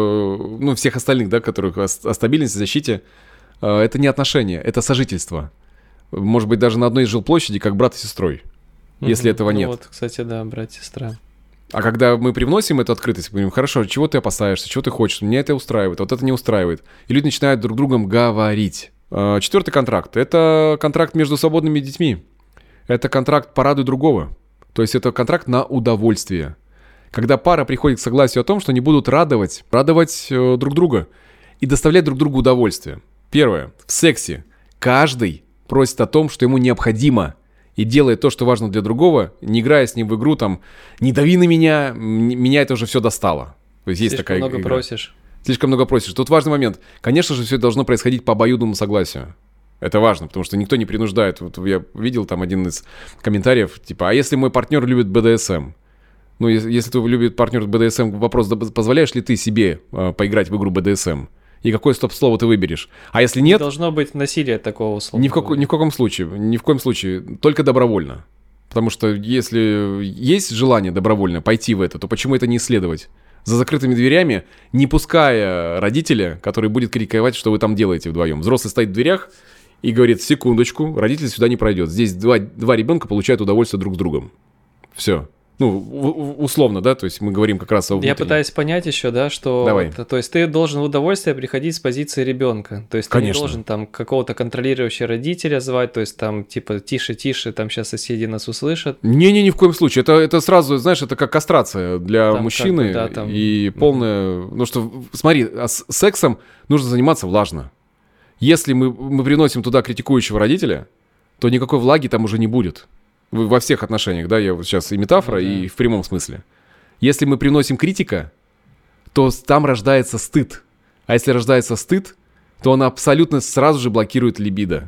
всех остальных, да, которых о стабильности, защите, это не отношения, это сожительство. Может быть, даже на одной из жилплощади, как брат и сестрой, если этого нет. Вот, кстати, да, брат и сестра. А когда мы привносим эту открытость, мы говорим: хорошо, чего ты опасаешься, чего ты хочешь, меня это устраивает, вот это не устраивает. И люди начинают друг с другом говорить. 4 контракт. Это контракт между свободными детьми. Это контракт «порадуй другого». То есть это контракт на удовольствие. Когда пара приходит к согласию о том, что они будут радовать друг друга и доставлять друг другу удовольствие. Первое. В сексе каждый просит о том, что ему необходимо, и делает то, что важно для другого, не играя с ним в игру, там, не дави на меня это уже все достало. То есть есть такая много игра. просишь. Слишком много просишь. Тут важный момент. Конечно же, все это должно происходить по обоюдному согласию. Это важно, потому что никто не принуждает. Вот я видел там один из комментариев, типа, а если мой партнер любит БДСМ? Ну, если ты любит партнер БДСМ, вопрос, позволяешь ли ты себе поиграть в игру БДСМ? И какое стоп-слово ты выберешь? А если нет... Не должно быть насилия такого слова. Ни в коем случае. Только добровольно. Потому что если есть желание добровольно пойти в это, то почему это не исследовать? За закрытыми дверями, не пуская родителя, который будет критиковать, что вы там делаете вдвоем. Взрослый стоит в дверях и говорит, секундочку, родитель сюда не пройдет. Здесь два ребенка получают удовольствие друг с другом. Все. Ну, условно, да, то есть мы говорим как раз о внутреннем. Я пытаюсь понять еще, да, что... Давай. То есть ты должен в удовольствие приходить с позиции ребенка. То есть ты Конечно. не должен там какого-то контролирующего родителя звать, то есть там типа тише, там сейчас соседи нас услышат. Не-не, ни в коем случае. Это сразу, знаешь, это как кастрация для Там мужчины как бы, да, там... и полная... Ну что, смотри, с сексом нужно заниматься влажно. Если мы приносим туда критикующего родителя, то никакой влаги там уже не будет. Во всех отношениях, да, я вот сейчас и метафора, и в прямом смысле. Если мы приносим критика, то там рождается стыд. А если рождается стыд, то он абсолютно сразу же блокирует либидо.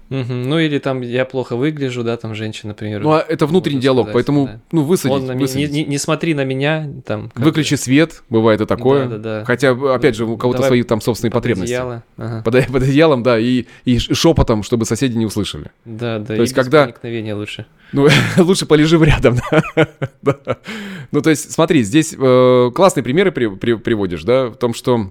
Ну или там я плохо выгляжу, да, там женщина, например. Ну, а это внутренний диалог, сказать, поэтому, да. высадить. Не смотри на меня, там... Выключи свет, бывает и такое. Да. Хотя, опять же, у кого-то свои там собственные потребности. Одеяло. Ага. Под одеялом, да, и шепотом, чтобы соседи не услышали. Да, То и есть, без когда... проникновения лучше. Ну, лучше полежи рядом, да. Ну, то есть, смотри, здесь классные примеры приводишь, да, в том, что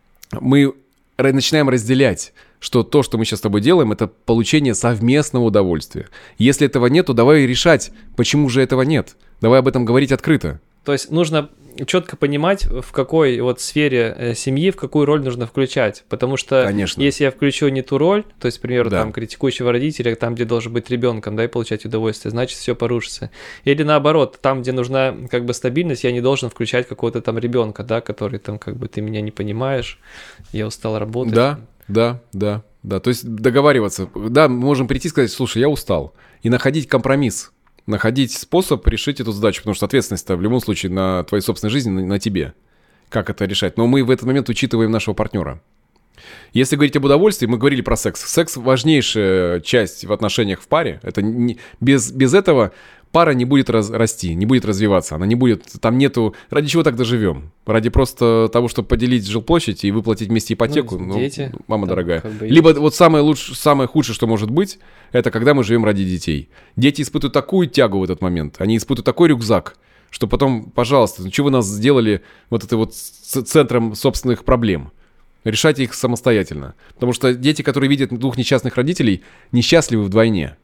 мы начинаем разделять, что то, что мы сейчас с тобой делаем, это получение совместного удовольствия. Если этого нет, то давай решать, почему же этого нет. Давай об этом говорить открыто. То есть нужно четко понимать, в какой вот сфере семьи, в какую роль нужно включать. Потому что Конечно. Если я включу не ту роль, то есть, к примеру, Да. там, критикующего родителя, там, где должен быть ребенком, да, и получать удовольствие, значит, все порушится. Или наоборот, там, где нужна как бы стабильность, я не должен включать какого-то там ребенка, да, который там как бы ты меня не понимаешь, я устал работать. Да. То есть договариваться. Да, мы можем прийти и сказать, слушай, я устал. И находить компромисс. Находить способ решить эту задачу. Потому что ответственность-то в любом случае на твоей собственной жизни, на тебе. Как это решать? Но мы в этот момент учитываем нашего партнера. Если говорить об удовольствии, мы говорили про секс. Секс – важнейшая часть в отношениях в паре. Это без этого пара не будет расти, не будет развиваться. Она не будет, там нету... Ради чего тогда живем? Ради просто того, чтобы поделить жилплощадь и выплатить вместе ипотеку? Дети. Мама Там дорогая. как бы Либо вот самое худшее, что может быть, это когда мы живем ради детей. Дети испытывают такую тягу в этот момент. Они испытывают такой рюкзак, что потом, пожалуйста, ну что вы нас сделали вот это вот центром собственных проблем? Решайте их самостоятельно. Потому что дети, которые видят двух несчастных родителей, несчастливы вдвойне.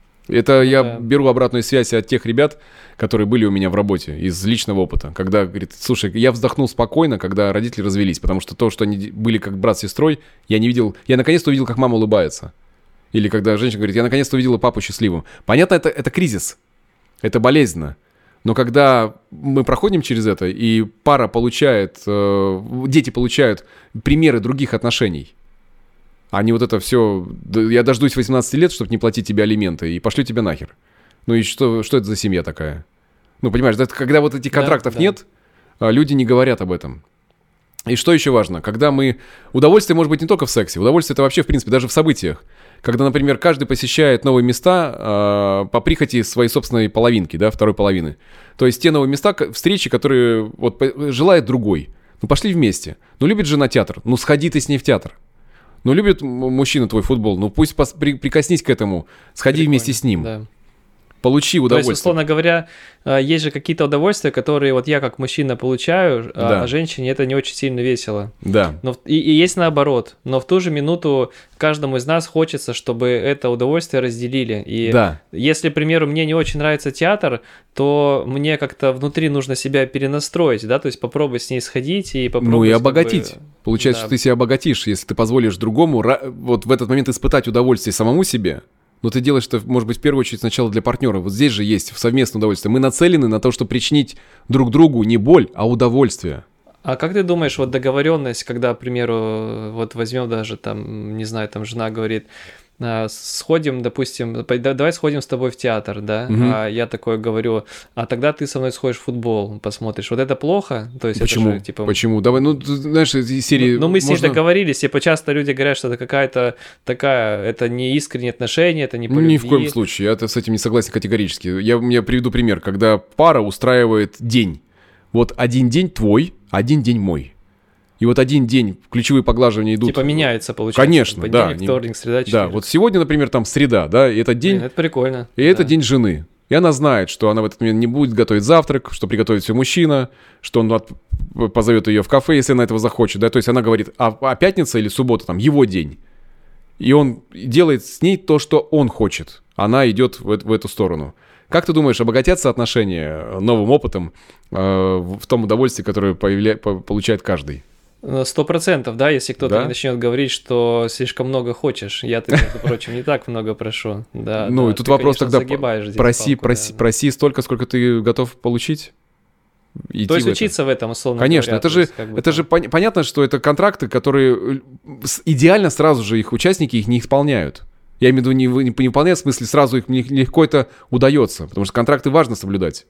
Это я беру обратную связь от тех ребят, которые были у меня в работе, из личного опыта. Когда, говорит, слушай, я вздохнул спокойно, когда родители развелись, потому что то, что они были как брат с сестрой, я не видел, я наконец-то увидел, как мама улыбается. Или когда женщина говорит, я наконец-то увидела папу счастливым. Понятно, это кризис, это болезненно. Но когда мы проходим через это, и пара получает, дети получают примеры других отношений, а не вот это все, я дождусь 18 лет, чтобы не платить тебе алименты, и пошлю тебя нахер. Ну и что это за семья такая? Ну, понимаешь, это, когда вот этих контрактов нет, люди не говорят об этом. И что еще важно? Когда мы... Удовольствие может быть не только в сексе. Удовольствие это вообще, в принципе, даже в событиях. Когда, например, каждый посещает новые места по прихоти своей собственной половинки, да, второй половины. То есть те новые места, встречи, которые вот желает другой. Ну, пошли вместе. Ну, любит жена театр. Ну, сходи ты с ней в театр. Ну, любит мужчина твой футбол. Ну, пусть прикоснись к этому. Сходи вместе с ним. Да. Получи удовольствие. То есть, условно говоря, есть же какие-то удовольствия, которые вот я как мужчина получаю, а женщине это не очень сильно весело. Да. Но, и есть наоборот. Но в ту же минуту каждому из нас хочется, чтобы это удовольствие разделили. И если, к примеру, мне не очень нравится театр, то мне как-то внутри нужно себя перенастроить, да, то есть попробовать с ней сходить и попробовать... Ну и обогатить. Получается, что ты себя обогатишь, если ты позволишь другому вот в этот момент испытать удовольствие самому себе. но ты делаешь это, может быть, в первую очередь сначала для партнера. Вот здесь же есть совместное удовольствие. Мы нацелены на то, чтобы причинить друг другу не боль, а удовольствие. А как ты думаешь, вот договоренность, когда, к примеру, вот возьмем даже там, не знаю, там жена говорит, сходим, допустим, давай сходим с тобой в театр, да, а я такое говорю, а тогда ты со мной сходишь в футбол, посмотришь, вот это плохо? То есть Почему? Это же, типа... Почему? Давай, ну, знаешь, из серии... Ну, мы с ней договорились, типа, часто люди говорят, что это какая-то такая, это не искренние отношения, это не по любви. Ни в коем случае, я с этим не согласен категорически. Я приведу пример, когда пара устраивает день. Вот один день твой, один день мой. И вот один день ключевые поглаживания идут... Типа меняется, получается. Конечно, понедельник, да. Вторник, среда, четверг. Да, вот сегодня, например, там среда, да, и этот день... Это прикольно. И это день жены. И она знает, что она в этот момент не будет готовить завтрак, что приготовит все мужчина, что он позовет ее в кафе, если она этого захочет, да. То есть она говорит, а пятница или суббота, там, его день. И он делает с ней то, что он хочет. Она идет в эту сторону. Как ты думаешь, обогатятся отношения новым опытом в том удовольствии, которое получает каждый? 100%, да, если кто-то не начнет говорить, что слишком много хочешь. Я-то, между прочим, не так много прошу. Да, ну, да, и тут вопрос тогда, проси столько, сколько ты готов получить. То есть учиться в этом, условно Конечно, говоря. это же понятно, что это контракты, которые идеально сразу же участники их не исполняют. Я имею в виду не выполняют, в смысле сразу их легко это удается, потому что контракты важно соблюдать.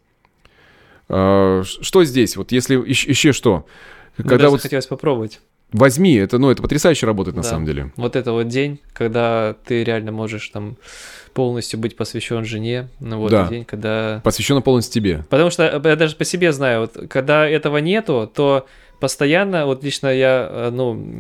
Что здесь? Вот если еще что... Когда вот захотелось попробовать. Возьми, это потрясающе работает на самом деле. Вот это вот день, когда ты реально можешь там полностью быть посвящен жене, день, когда... Посвящен полностью тебе. Потому что я даже по себе знаю, вот когда этого нету, то постоянно, вот лично я,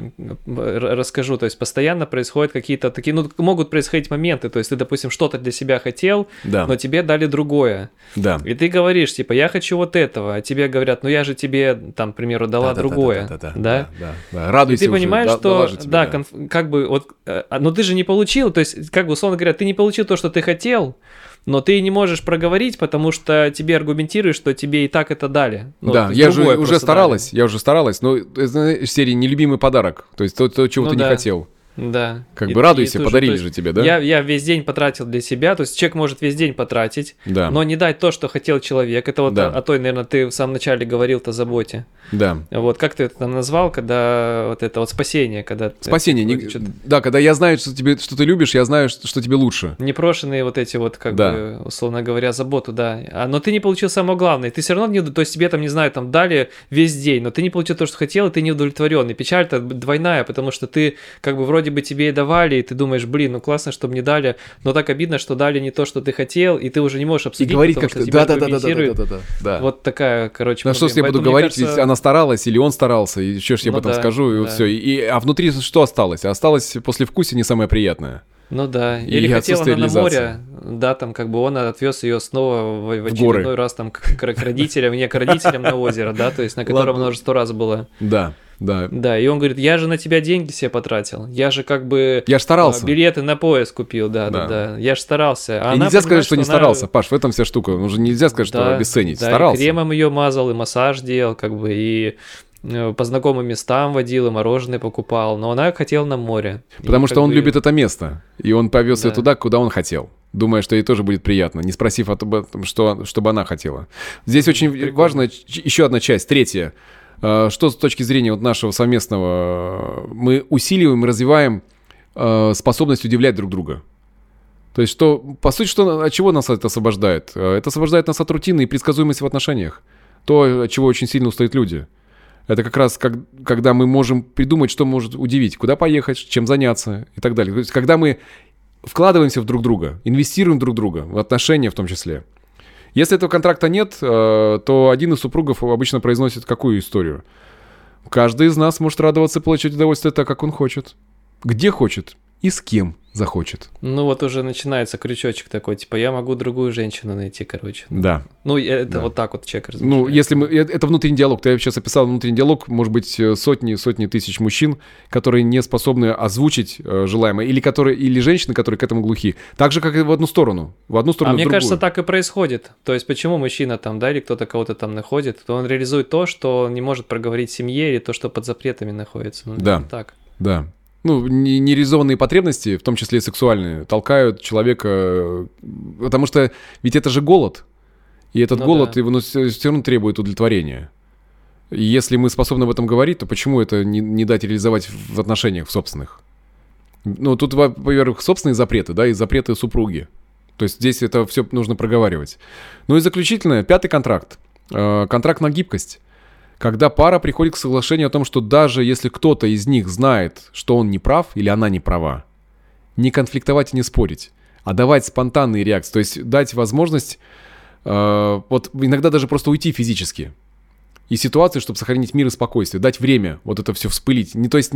расскажу, то есть постоянно происходят какие-то такие, могут происходить моменты, то есть ты, допустим, что-то для себя хотел, но тебе дали другое. Да. И ты говоришь, типа, я хочу вот этого, а тебе говорят, я же тебе, там, к примеру, дала другое. Да. Радуйся. И ты понимаешь, что, как бы, вот, но ты же не получил, то есть, как бы, условно говоря, ты не получил то, что ты хотел, но ты не можешь проговорить, потому что тебе аргументируют, что тебе и так это дали. Я же уже старалась, но из серии «Нелюбимый подарок», то есть то чего ты не хотел. Да. Как бы радуйся, подарили же тебе, да? Я весь день потратил для себя, то есть человек может весь день потратить, но не дать то, что хотел человек. Это вот о той, наверное, ты в самом начале говорил-то заботе. Да. Вот как ты это там назвал, когда вот это вот спасение, когда... Спасение, когда я знаю, что ты любишь, я знаю, что тебе лучше. Непрошенные вот эти вот, как бы, условно говоря, заботу, да. Но ты не получил самое главное, ты все равно не... То есть тебе там, не знаю, там дали весь день, но ты не получил то, что хотел, и ты не удовлетворен. И печаль-то двойная, потому что ты как бы вроде бы тебе и давали, и ты думаешь, классно, что мне дали, но так обидно, что дали не то, что ты хотел, и ты уже не можешь обсудить, и говорить потому как-то, что тебя аргументируют. Да. Вот такая, короче, проблема. Что с ней буду говорить, ведь она старалась, или он старался, и что ж я об этом скажу, и все. А внутри что осталось? Осталось послевкусие не самое приятное. Ну да, или хотела она на море, да, там как бы он отвез ее снова в очередной раз там к родителям, не к родителям на озеро, да, то есть на котором она уже 100 раз была. Да. Да, и он говорит, я же на тебя деньги себе потратил, я же как бы... Я ж старался. Билеты на поезд купил, да, я ж старался. И нельзя сказать, что не старался, Паш, в этом вся штука, уже нельзя сказать, что обесценить, старался. И кремом ее мазал, и массаж делал, как бы, и... по знакомым местам водил, и мороженое покупал, но она хотела на море. Потому что он любит это место, и он повез ее туда, куда он хотел, думая, что ей тоже будет приятно, не спросив об этом, чтобы она хотела. Здесь очень важна еще одна часть, третья. Что с точки зрения вот нашего совместного, мы усиливаем и развиваем способность удивлять друг друга. То есть, по сути, от чего нас это освобождает? Это освобождает нас от рутины и предсказуемости в отношениях. То, от чего очень сильно устают люди. Это как раз когда мы можем придумать, что может удивить, куда поехать, чем заняться и так далее. То есть, когда мы вкладываемся в друг друга, инвестируем в друг друга, в отношения в том числе. Если этого контракта нет, то один из супругов обычно произносит какую историю? Каждый из нас может радоваться и получать удовольствие так, как он хочет. Где хочет и с кем захочет. Ну вот уже начинается крючочек такой, типа я могу другую женщину найти, короче. Да. Ну это вот так вот человек размышляет. Ну если это внутренний диалог, я сейчас описал внутренний диалог, может быть сотни тысяч мужчин, которые не способны озвучить желаемое, или женщины, которые к этому глухи. Так же, как и в одну сторону, в другую. Мне кажется, так и происходит. То есть почему мужчина там, да, или кто-то кого-то там находит, то он реализует то, что он не может проговорить в семье, или то, что под запретами находится. Да. Так. Да. нереализованные потребности, в том числе и сексуальные, толкают человека, потому что ведь это же голод, и этот голод его все равно требует удовлетворения. И если мы способны об этом говорить, то почему это не дать реализовать в отношениях в собственных? Тут, во-первых, собственные запреты, да, и запреты супруги. То есть здесь это все нужно проговаривать. И заключительное, 5-й контракт. Контракт на гибкость. Когда пара приходит к соглашению о том, что даже если кто-то из них знает, что он не прав или она не права, не конфликтовать и не спорить, а давать спонтанные реакции, то есть дать возможность иногда даже просто уйти физически из ситуации, чтобы сохранить мир и спокойствие, дать время вот это все вспылить. То есть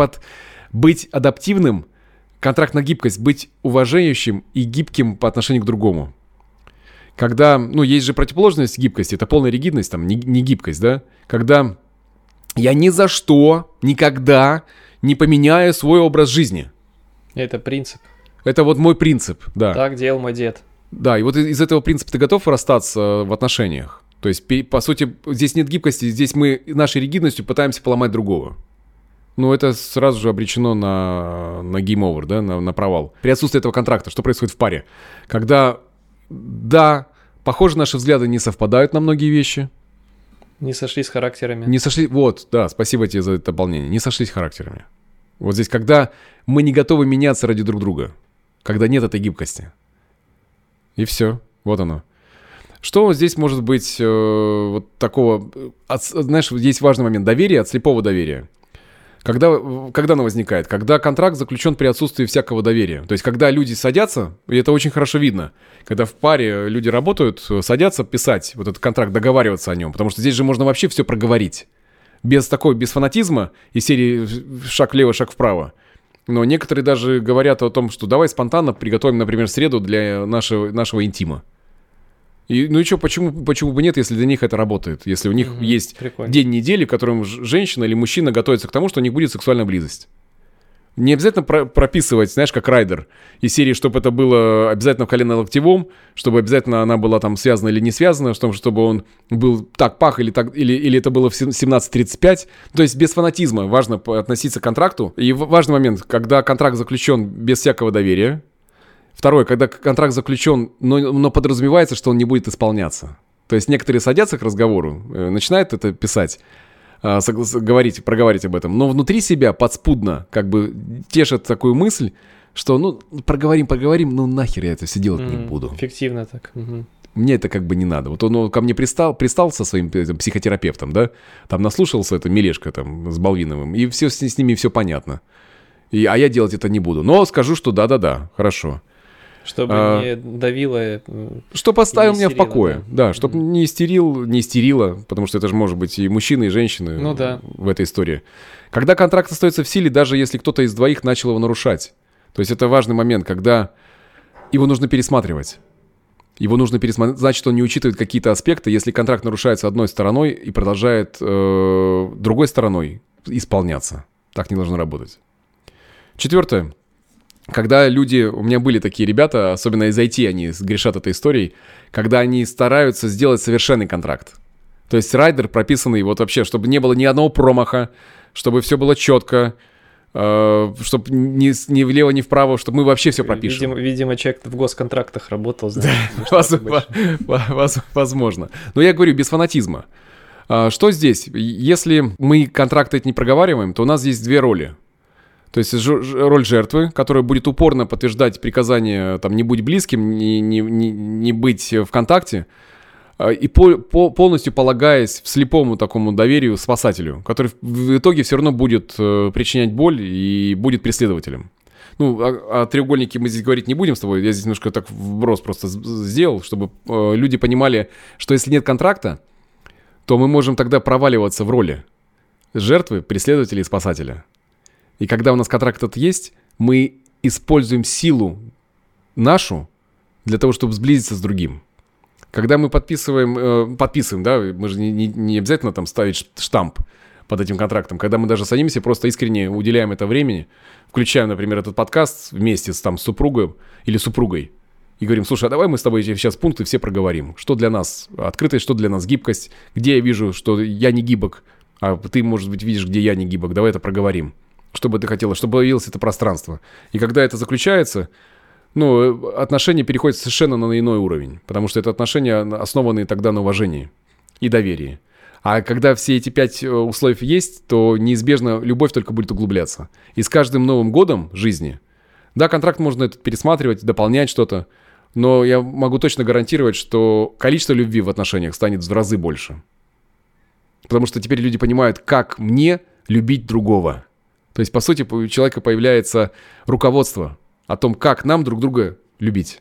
быть адаптивным, контракт на гибкость, быть уважающим и гибким по отношению к другому. Когда, есть же противоположность гибкости, это полная ригидность, там, не гибкость, да? Когда я ни за что, никогда не поменяю свой образ жизни. Это принцип. Это вот мой принцип, да. Так делал мой дед. Да, и вот из этого принципа ты готов расстаться в отношениях? То есть, по сути, здесь нет гибкости, здесь мы нашей ригидностью пытаемся поломать другого. Это сразу же обречено на game over, да, на провал. При отсутствии этого контракта, что происходит в паре? Когда, да, похоже, наши взгляды не совпадают на многие вещи. Не сошлись характерами. Не сошлись, да, спасибо тебе за это дополнение. Не сошлись характерами. Вот здесь, когда мы не готовы меняться ради друг друга. Когда нет этой гибкости. И все, вот оно. Что здесь может быть вот такого... Знаешь, есть важный момент. Доверие от слепого доверия. Когда оно возникает? Когда контракт заключен при отсутствии всякого доверия. То есть, когда люди садятся, и это очень хорошо видно, когда в паре люди работают, садятся писать вот этот контракт, договариваться о нем, потому что здесь же можно вообще все проговорить. Без фанатизма из серии шаг влево, шаг вправо. Но некоторые даже говорят о том, что давай спонтанно приготовим, например, среду для нашего интима. И что, почему бы нет, если для них это работает? Если у них есть день недели, в котором женщина или мужчина готовится к тому, что у них будет сексуальная близость. Не обязательно прописывать, знаешь, как райдер из серии, чтобы это было обязательно в колено-локтевом, чтобы обязательно она была там связана или не связана, чтобы он был так пах или это было в 17:35. То есть без фанатизма важно относиться к контракту. И важный момент, когда контракт заключен без всякого доверия. Второе, когда контракт заключен, но подразумевается, что он не будет исполняться. То есть некоторые садятся к разговору, начинают это писать, проговаривать об этом, но внутри себя подспудно как бы тешат такую мысль, что проговорим, нахер я это все делать не буду. Эффективно так. Мне это как бы не надо. Вот он ко мне пристал со своим психотерапевтом, да, там наслушался, это Мелешка там с Балвиновым, и все с ними все понятно. А я делать это не буду. Но скажу, что да, хорошо. Чтобы не давило. Чтобы оставил меня в покое. Да, чтобы не истерило, потому что это же может быть и мужчины, и женщины в этой истории. Когда контракт остается в силе, даже если кто-то из двоих начал его нарушать. То есть это важный момент, когда его нужно пересматривать. Значит, он не учитывает какие-то аспекты, если контракт нарушается одной стороной и продолжает другой стороной исполняться. Так не должно работать. 4. Когда у меня были такие ребята, особенно из IT, они грешат этой историей, когда они стараются сделать совершенный контракт. То есть райдер прописанный вот вообще, чтобы не было ни одного промаха, чтобы все было четко, чтобы ни влево, ни вправо, чтобы мы вообще все пропишем. Видимо, человек в госконтрактах работал. Возможно. Но я говорю, без фанатизма. Что здесь? Если мы контракты не проговариваем, то у нас есть 2 роли. То есть роль жертвы, которая будет упорно подтверждать приказание там, не быть близким, не быть в контакте, и полностью полагаясь в слепому такому доверию спасателю, который в итоге все равно будет причинять боль и будет преследователем. О треугольнике мы здесь говорить не будем с тобой, я здесь немножко так вброс просто сделал, чтобы люди понимали, что если нет контракта, то мы можем тогда проваливаться в роли жертвы, преследователя и спасателя. И когда у нас контракт этот есть, мы используем силу нашу для того, чтобы сблизиться с другим. Когда мы подписываем, да, мы же не обязательно там ставить штамп под этим контрактом. Когда мы даже садимся, просто искренне уделяем это времени, включаем, например, этот подкаст вместе с супругой или супругой и говорим: слушай, а давай мы с тобой сейчас пункты все проговорим. Что для нас открытость, что для нас гибкость, где я вижу, что я не гибок, а ты, может быть, видишь, где я не гибок, давай это проговорим. что бы ты хотела, чтобы появилось это пространство. И когда это заключается, ну, отношения переходят совершенно на иной уровень, потому что это отношения основаны тогда на уважении и доверии. А когда все эти 5 условий есть, то неизбежно любовь только будет углубляться. И с каждым Новым годом жизни, да, контракт можно этот пересматривать, дополнять что-то, но я могу точно гарантировать, что количество любви в отношениях станет в разы больше. Потому что теперь люди понимают, как мне любить другого. То есть, по сути, у человека появляется руководство о том, как нам друг друга любить.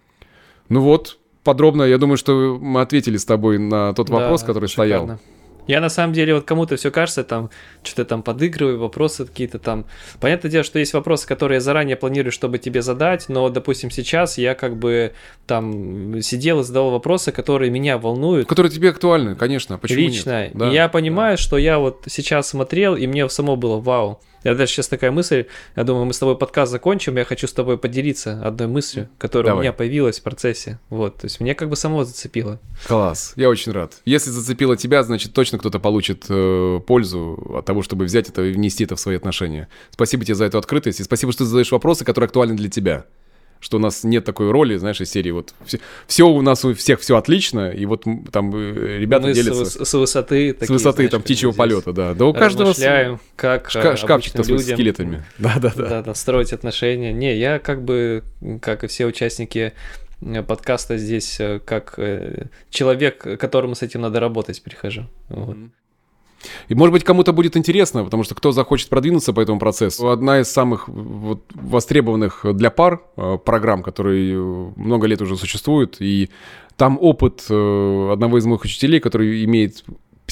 Ну вот, подробно, я думаю, что мы ответили с тобой на тот вопрос, который шикарно. стоял. Я на самом деле, вот кому-то все кажется, там, что-то там подыгрываю, вопросы какие-то там. Понятное дело, что есть вопросы, которые я заранее планирую, чтобы тебе задать, но, допустим, сейчас я как бы там сидел и задавал вопросы, которые меня волнуют. Которые тебе актуальны, конечно, почему лично. Нет? Да, и я понимаю, что я вот сейчас смотрел, и мне само было вау. Я даже сейчас такая мысль, я думаю, мы с тобой подкаст закончим, я хочу с тобой поделиться одной мыслью, которая у меня появилась в процессе. Вот, то есть мне как бы само зацепило. Класс, я очень рад. Если зацепило тебя, значит точно кто-то получит пользу от того, чтобы взять это и внести это в свои отношения. Спасибо тебе за эту открытость, и спасибо, что ты задаешь вопросы, которые актуальны для тебя. Что у нас нет такой роли, знаешь, из серии вот все у нас у всех все отлично, и вот там ребята мы делятся с высоты, с высоты знаешь, там птичьего полета, да. Да у каждого как шкафчик-то с скелетами. Да, строить отношения. Не, я как бы, как и все участники подкаста здесь, как человек, которому с этим надо работать, прихожу. Вот. И, может быть, кому-то будет интересно, потому что кто захочет продвинуться по этому процессу. Одна из самых вот, востребованных для пар программ, которые много лет уже существуют, и там опыт одного из моих учителей, который имеет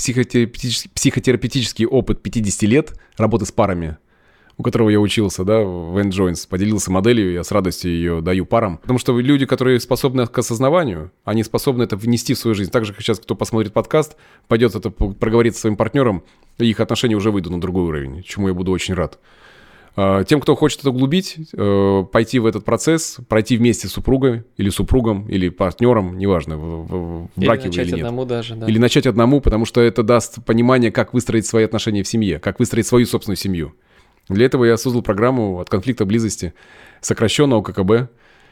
психотерапевтический опыт 50 лет работы с парами, у которого я учился, да, в End-Joins, поделился моделью, я с радостью ее даю парам. Потому что люди, которые способны к осознаванию, они способны это внести в свою жизнь. Так же, как сейчас, кто посмотрит подкаст, пойдет это проговорить со своим партнером, и их отношения уже выйдут на другой уровень, чему я буду очень рад. Тем, кто хочет это углубить, пойти в этот процесс, пройти вместе с супругой или супругом, или партнером, неважно, в браке вы или нет. Или начать одному даже, да. Или начать одному, потому что это даст понимание, как выстроить свои отношения в семье, как выстроить свою собственную семью. Для этого я создал программу «От конфликта близости», сокращенно ОККБ,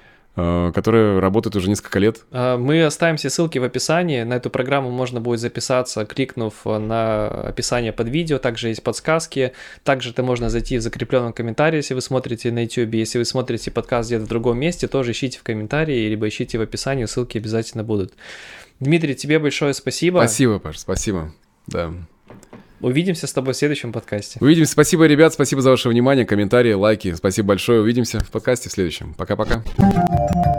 которая работает уже несколько лет. Мы оставим все ссылки в описании. На эту программу можно будет записаться, кликнув на описание под видео. Также есть подсказки. Также это можно зайти в закрепленном комментарии, если вы смотрите на YouTube. Если вы смотрите подкаст где-то в другом месте, тоже ищите в комментарии, либо ищите в описании, ссылки обязательно будут. Дмитрий, тебе большое спасибо. Спасибо, Паш, спасибо. Да. Увидимся с тобой в следующем подкасте. Увидимся. Спасибо, ребят. Спасибо за ваше внимание, комментарии, лайки. Спасибо большое. Увидимся в подкасте в следующем. Пока-пока.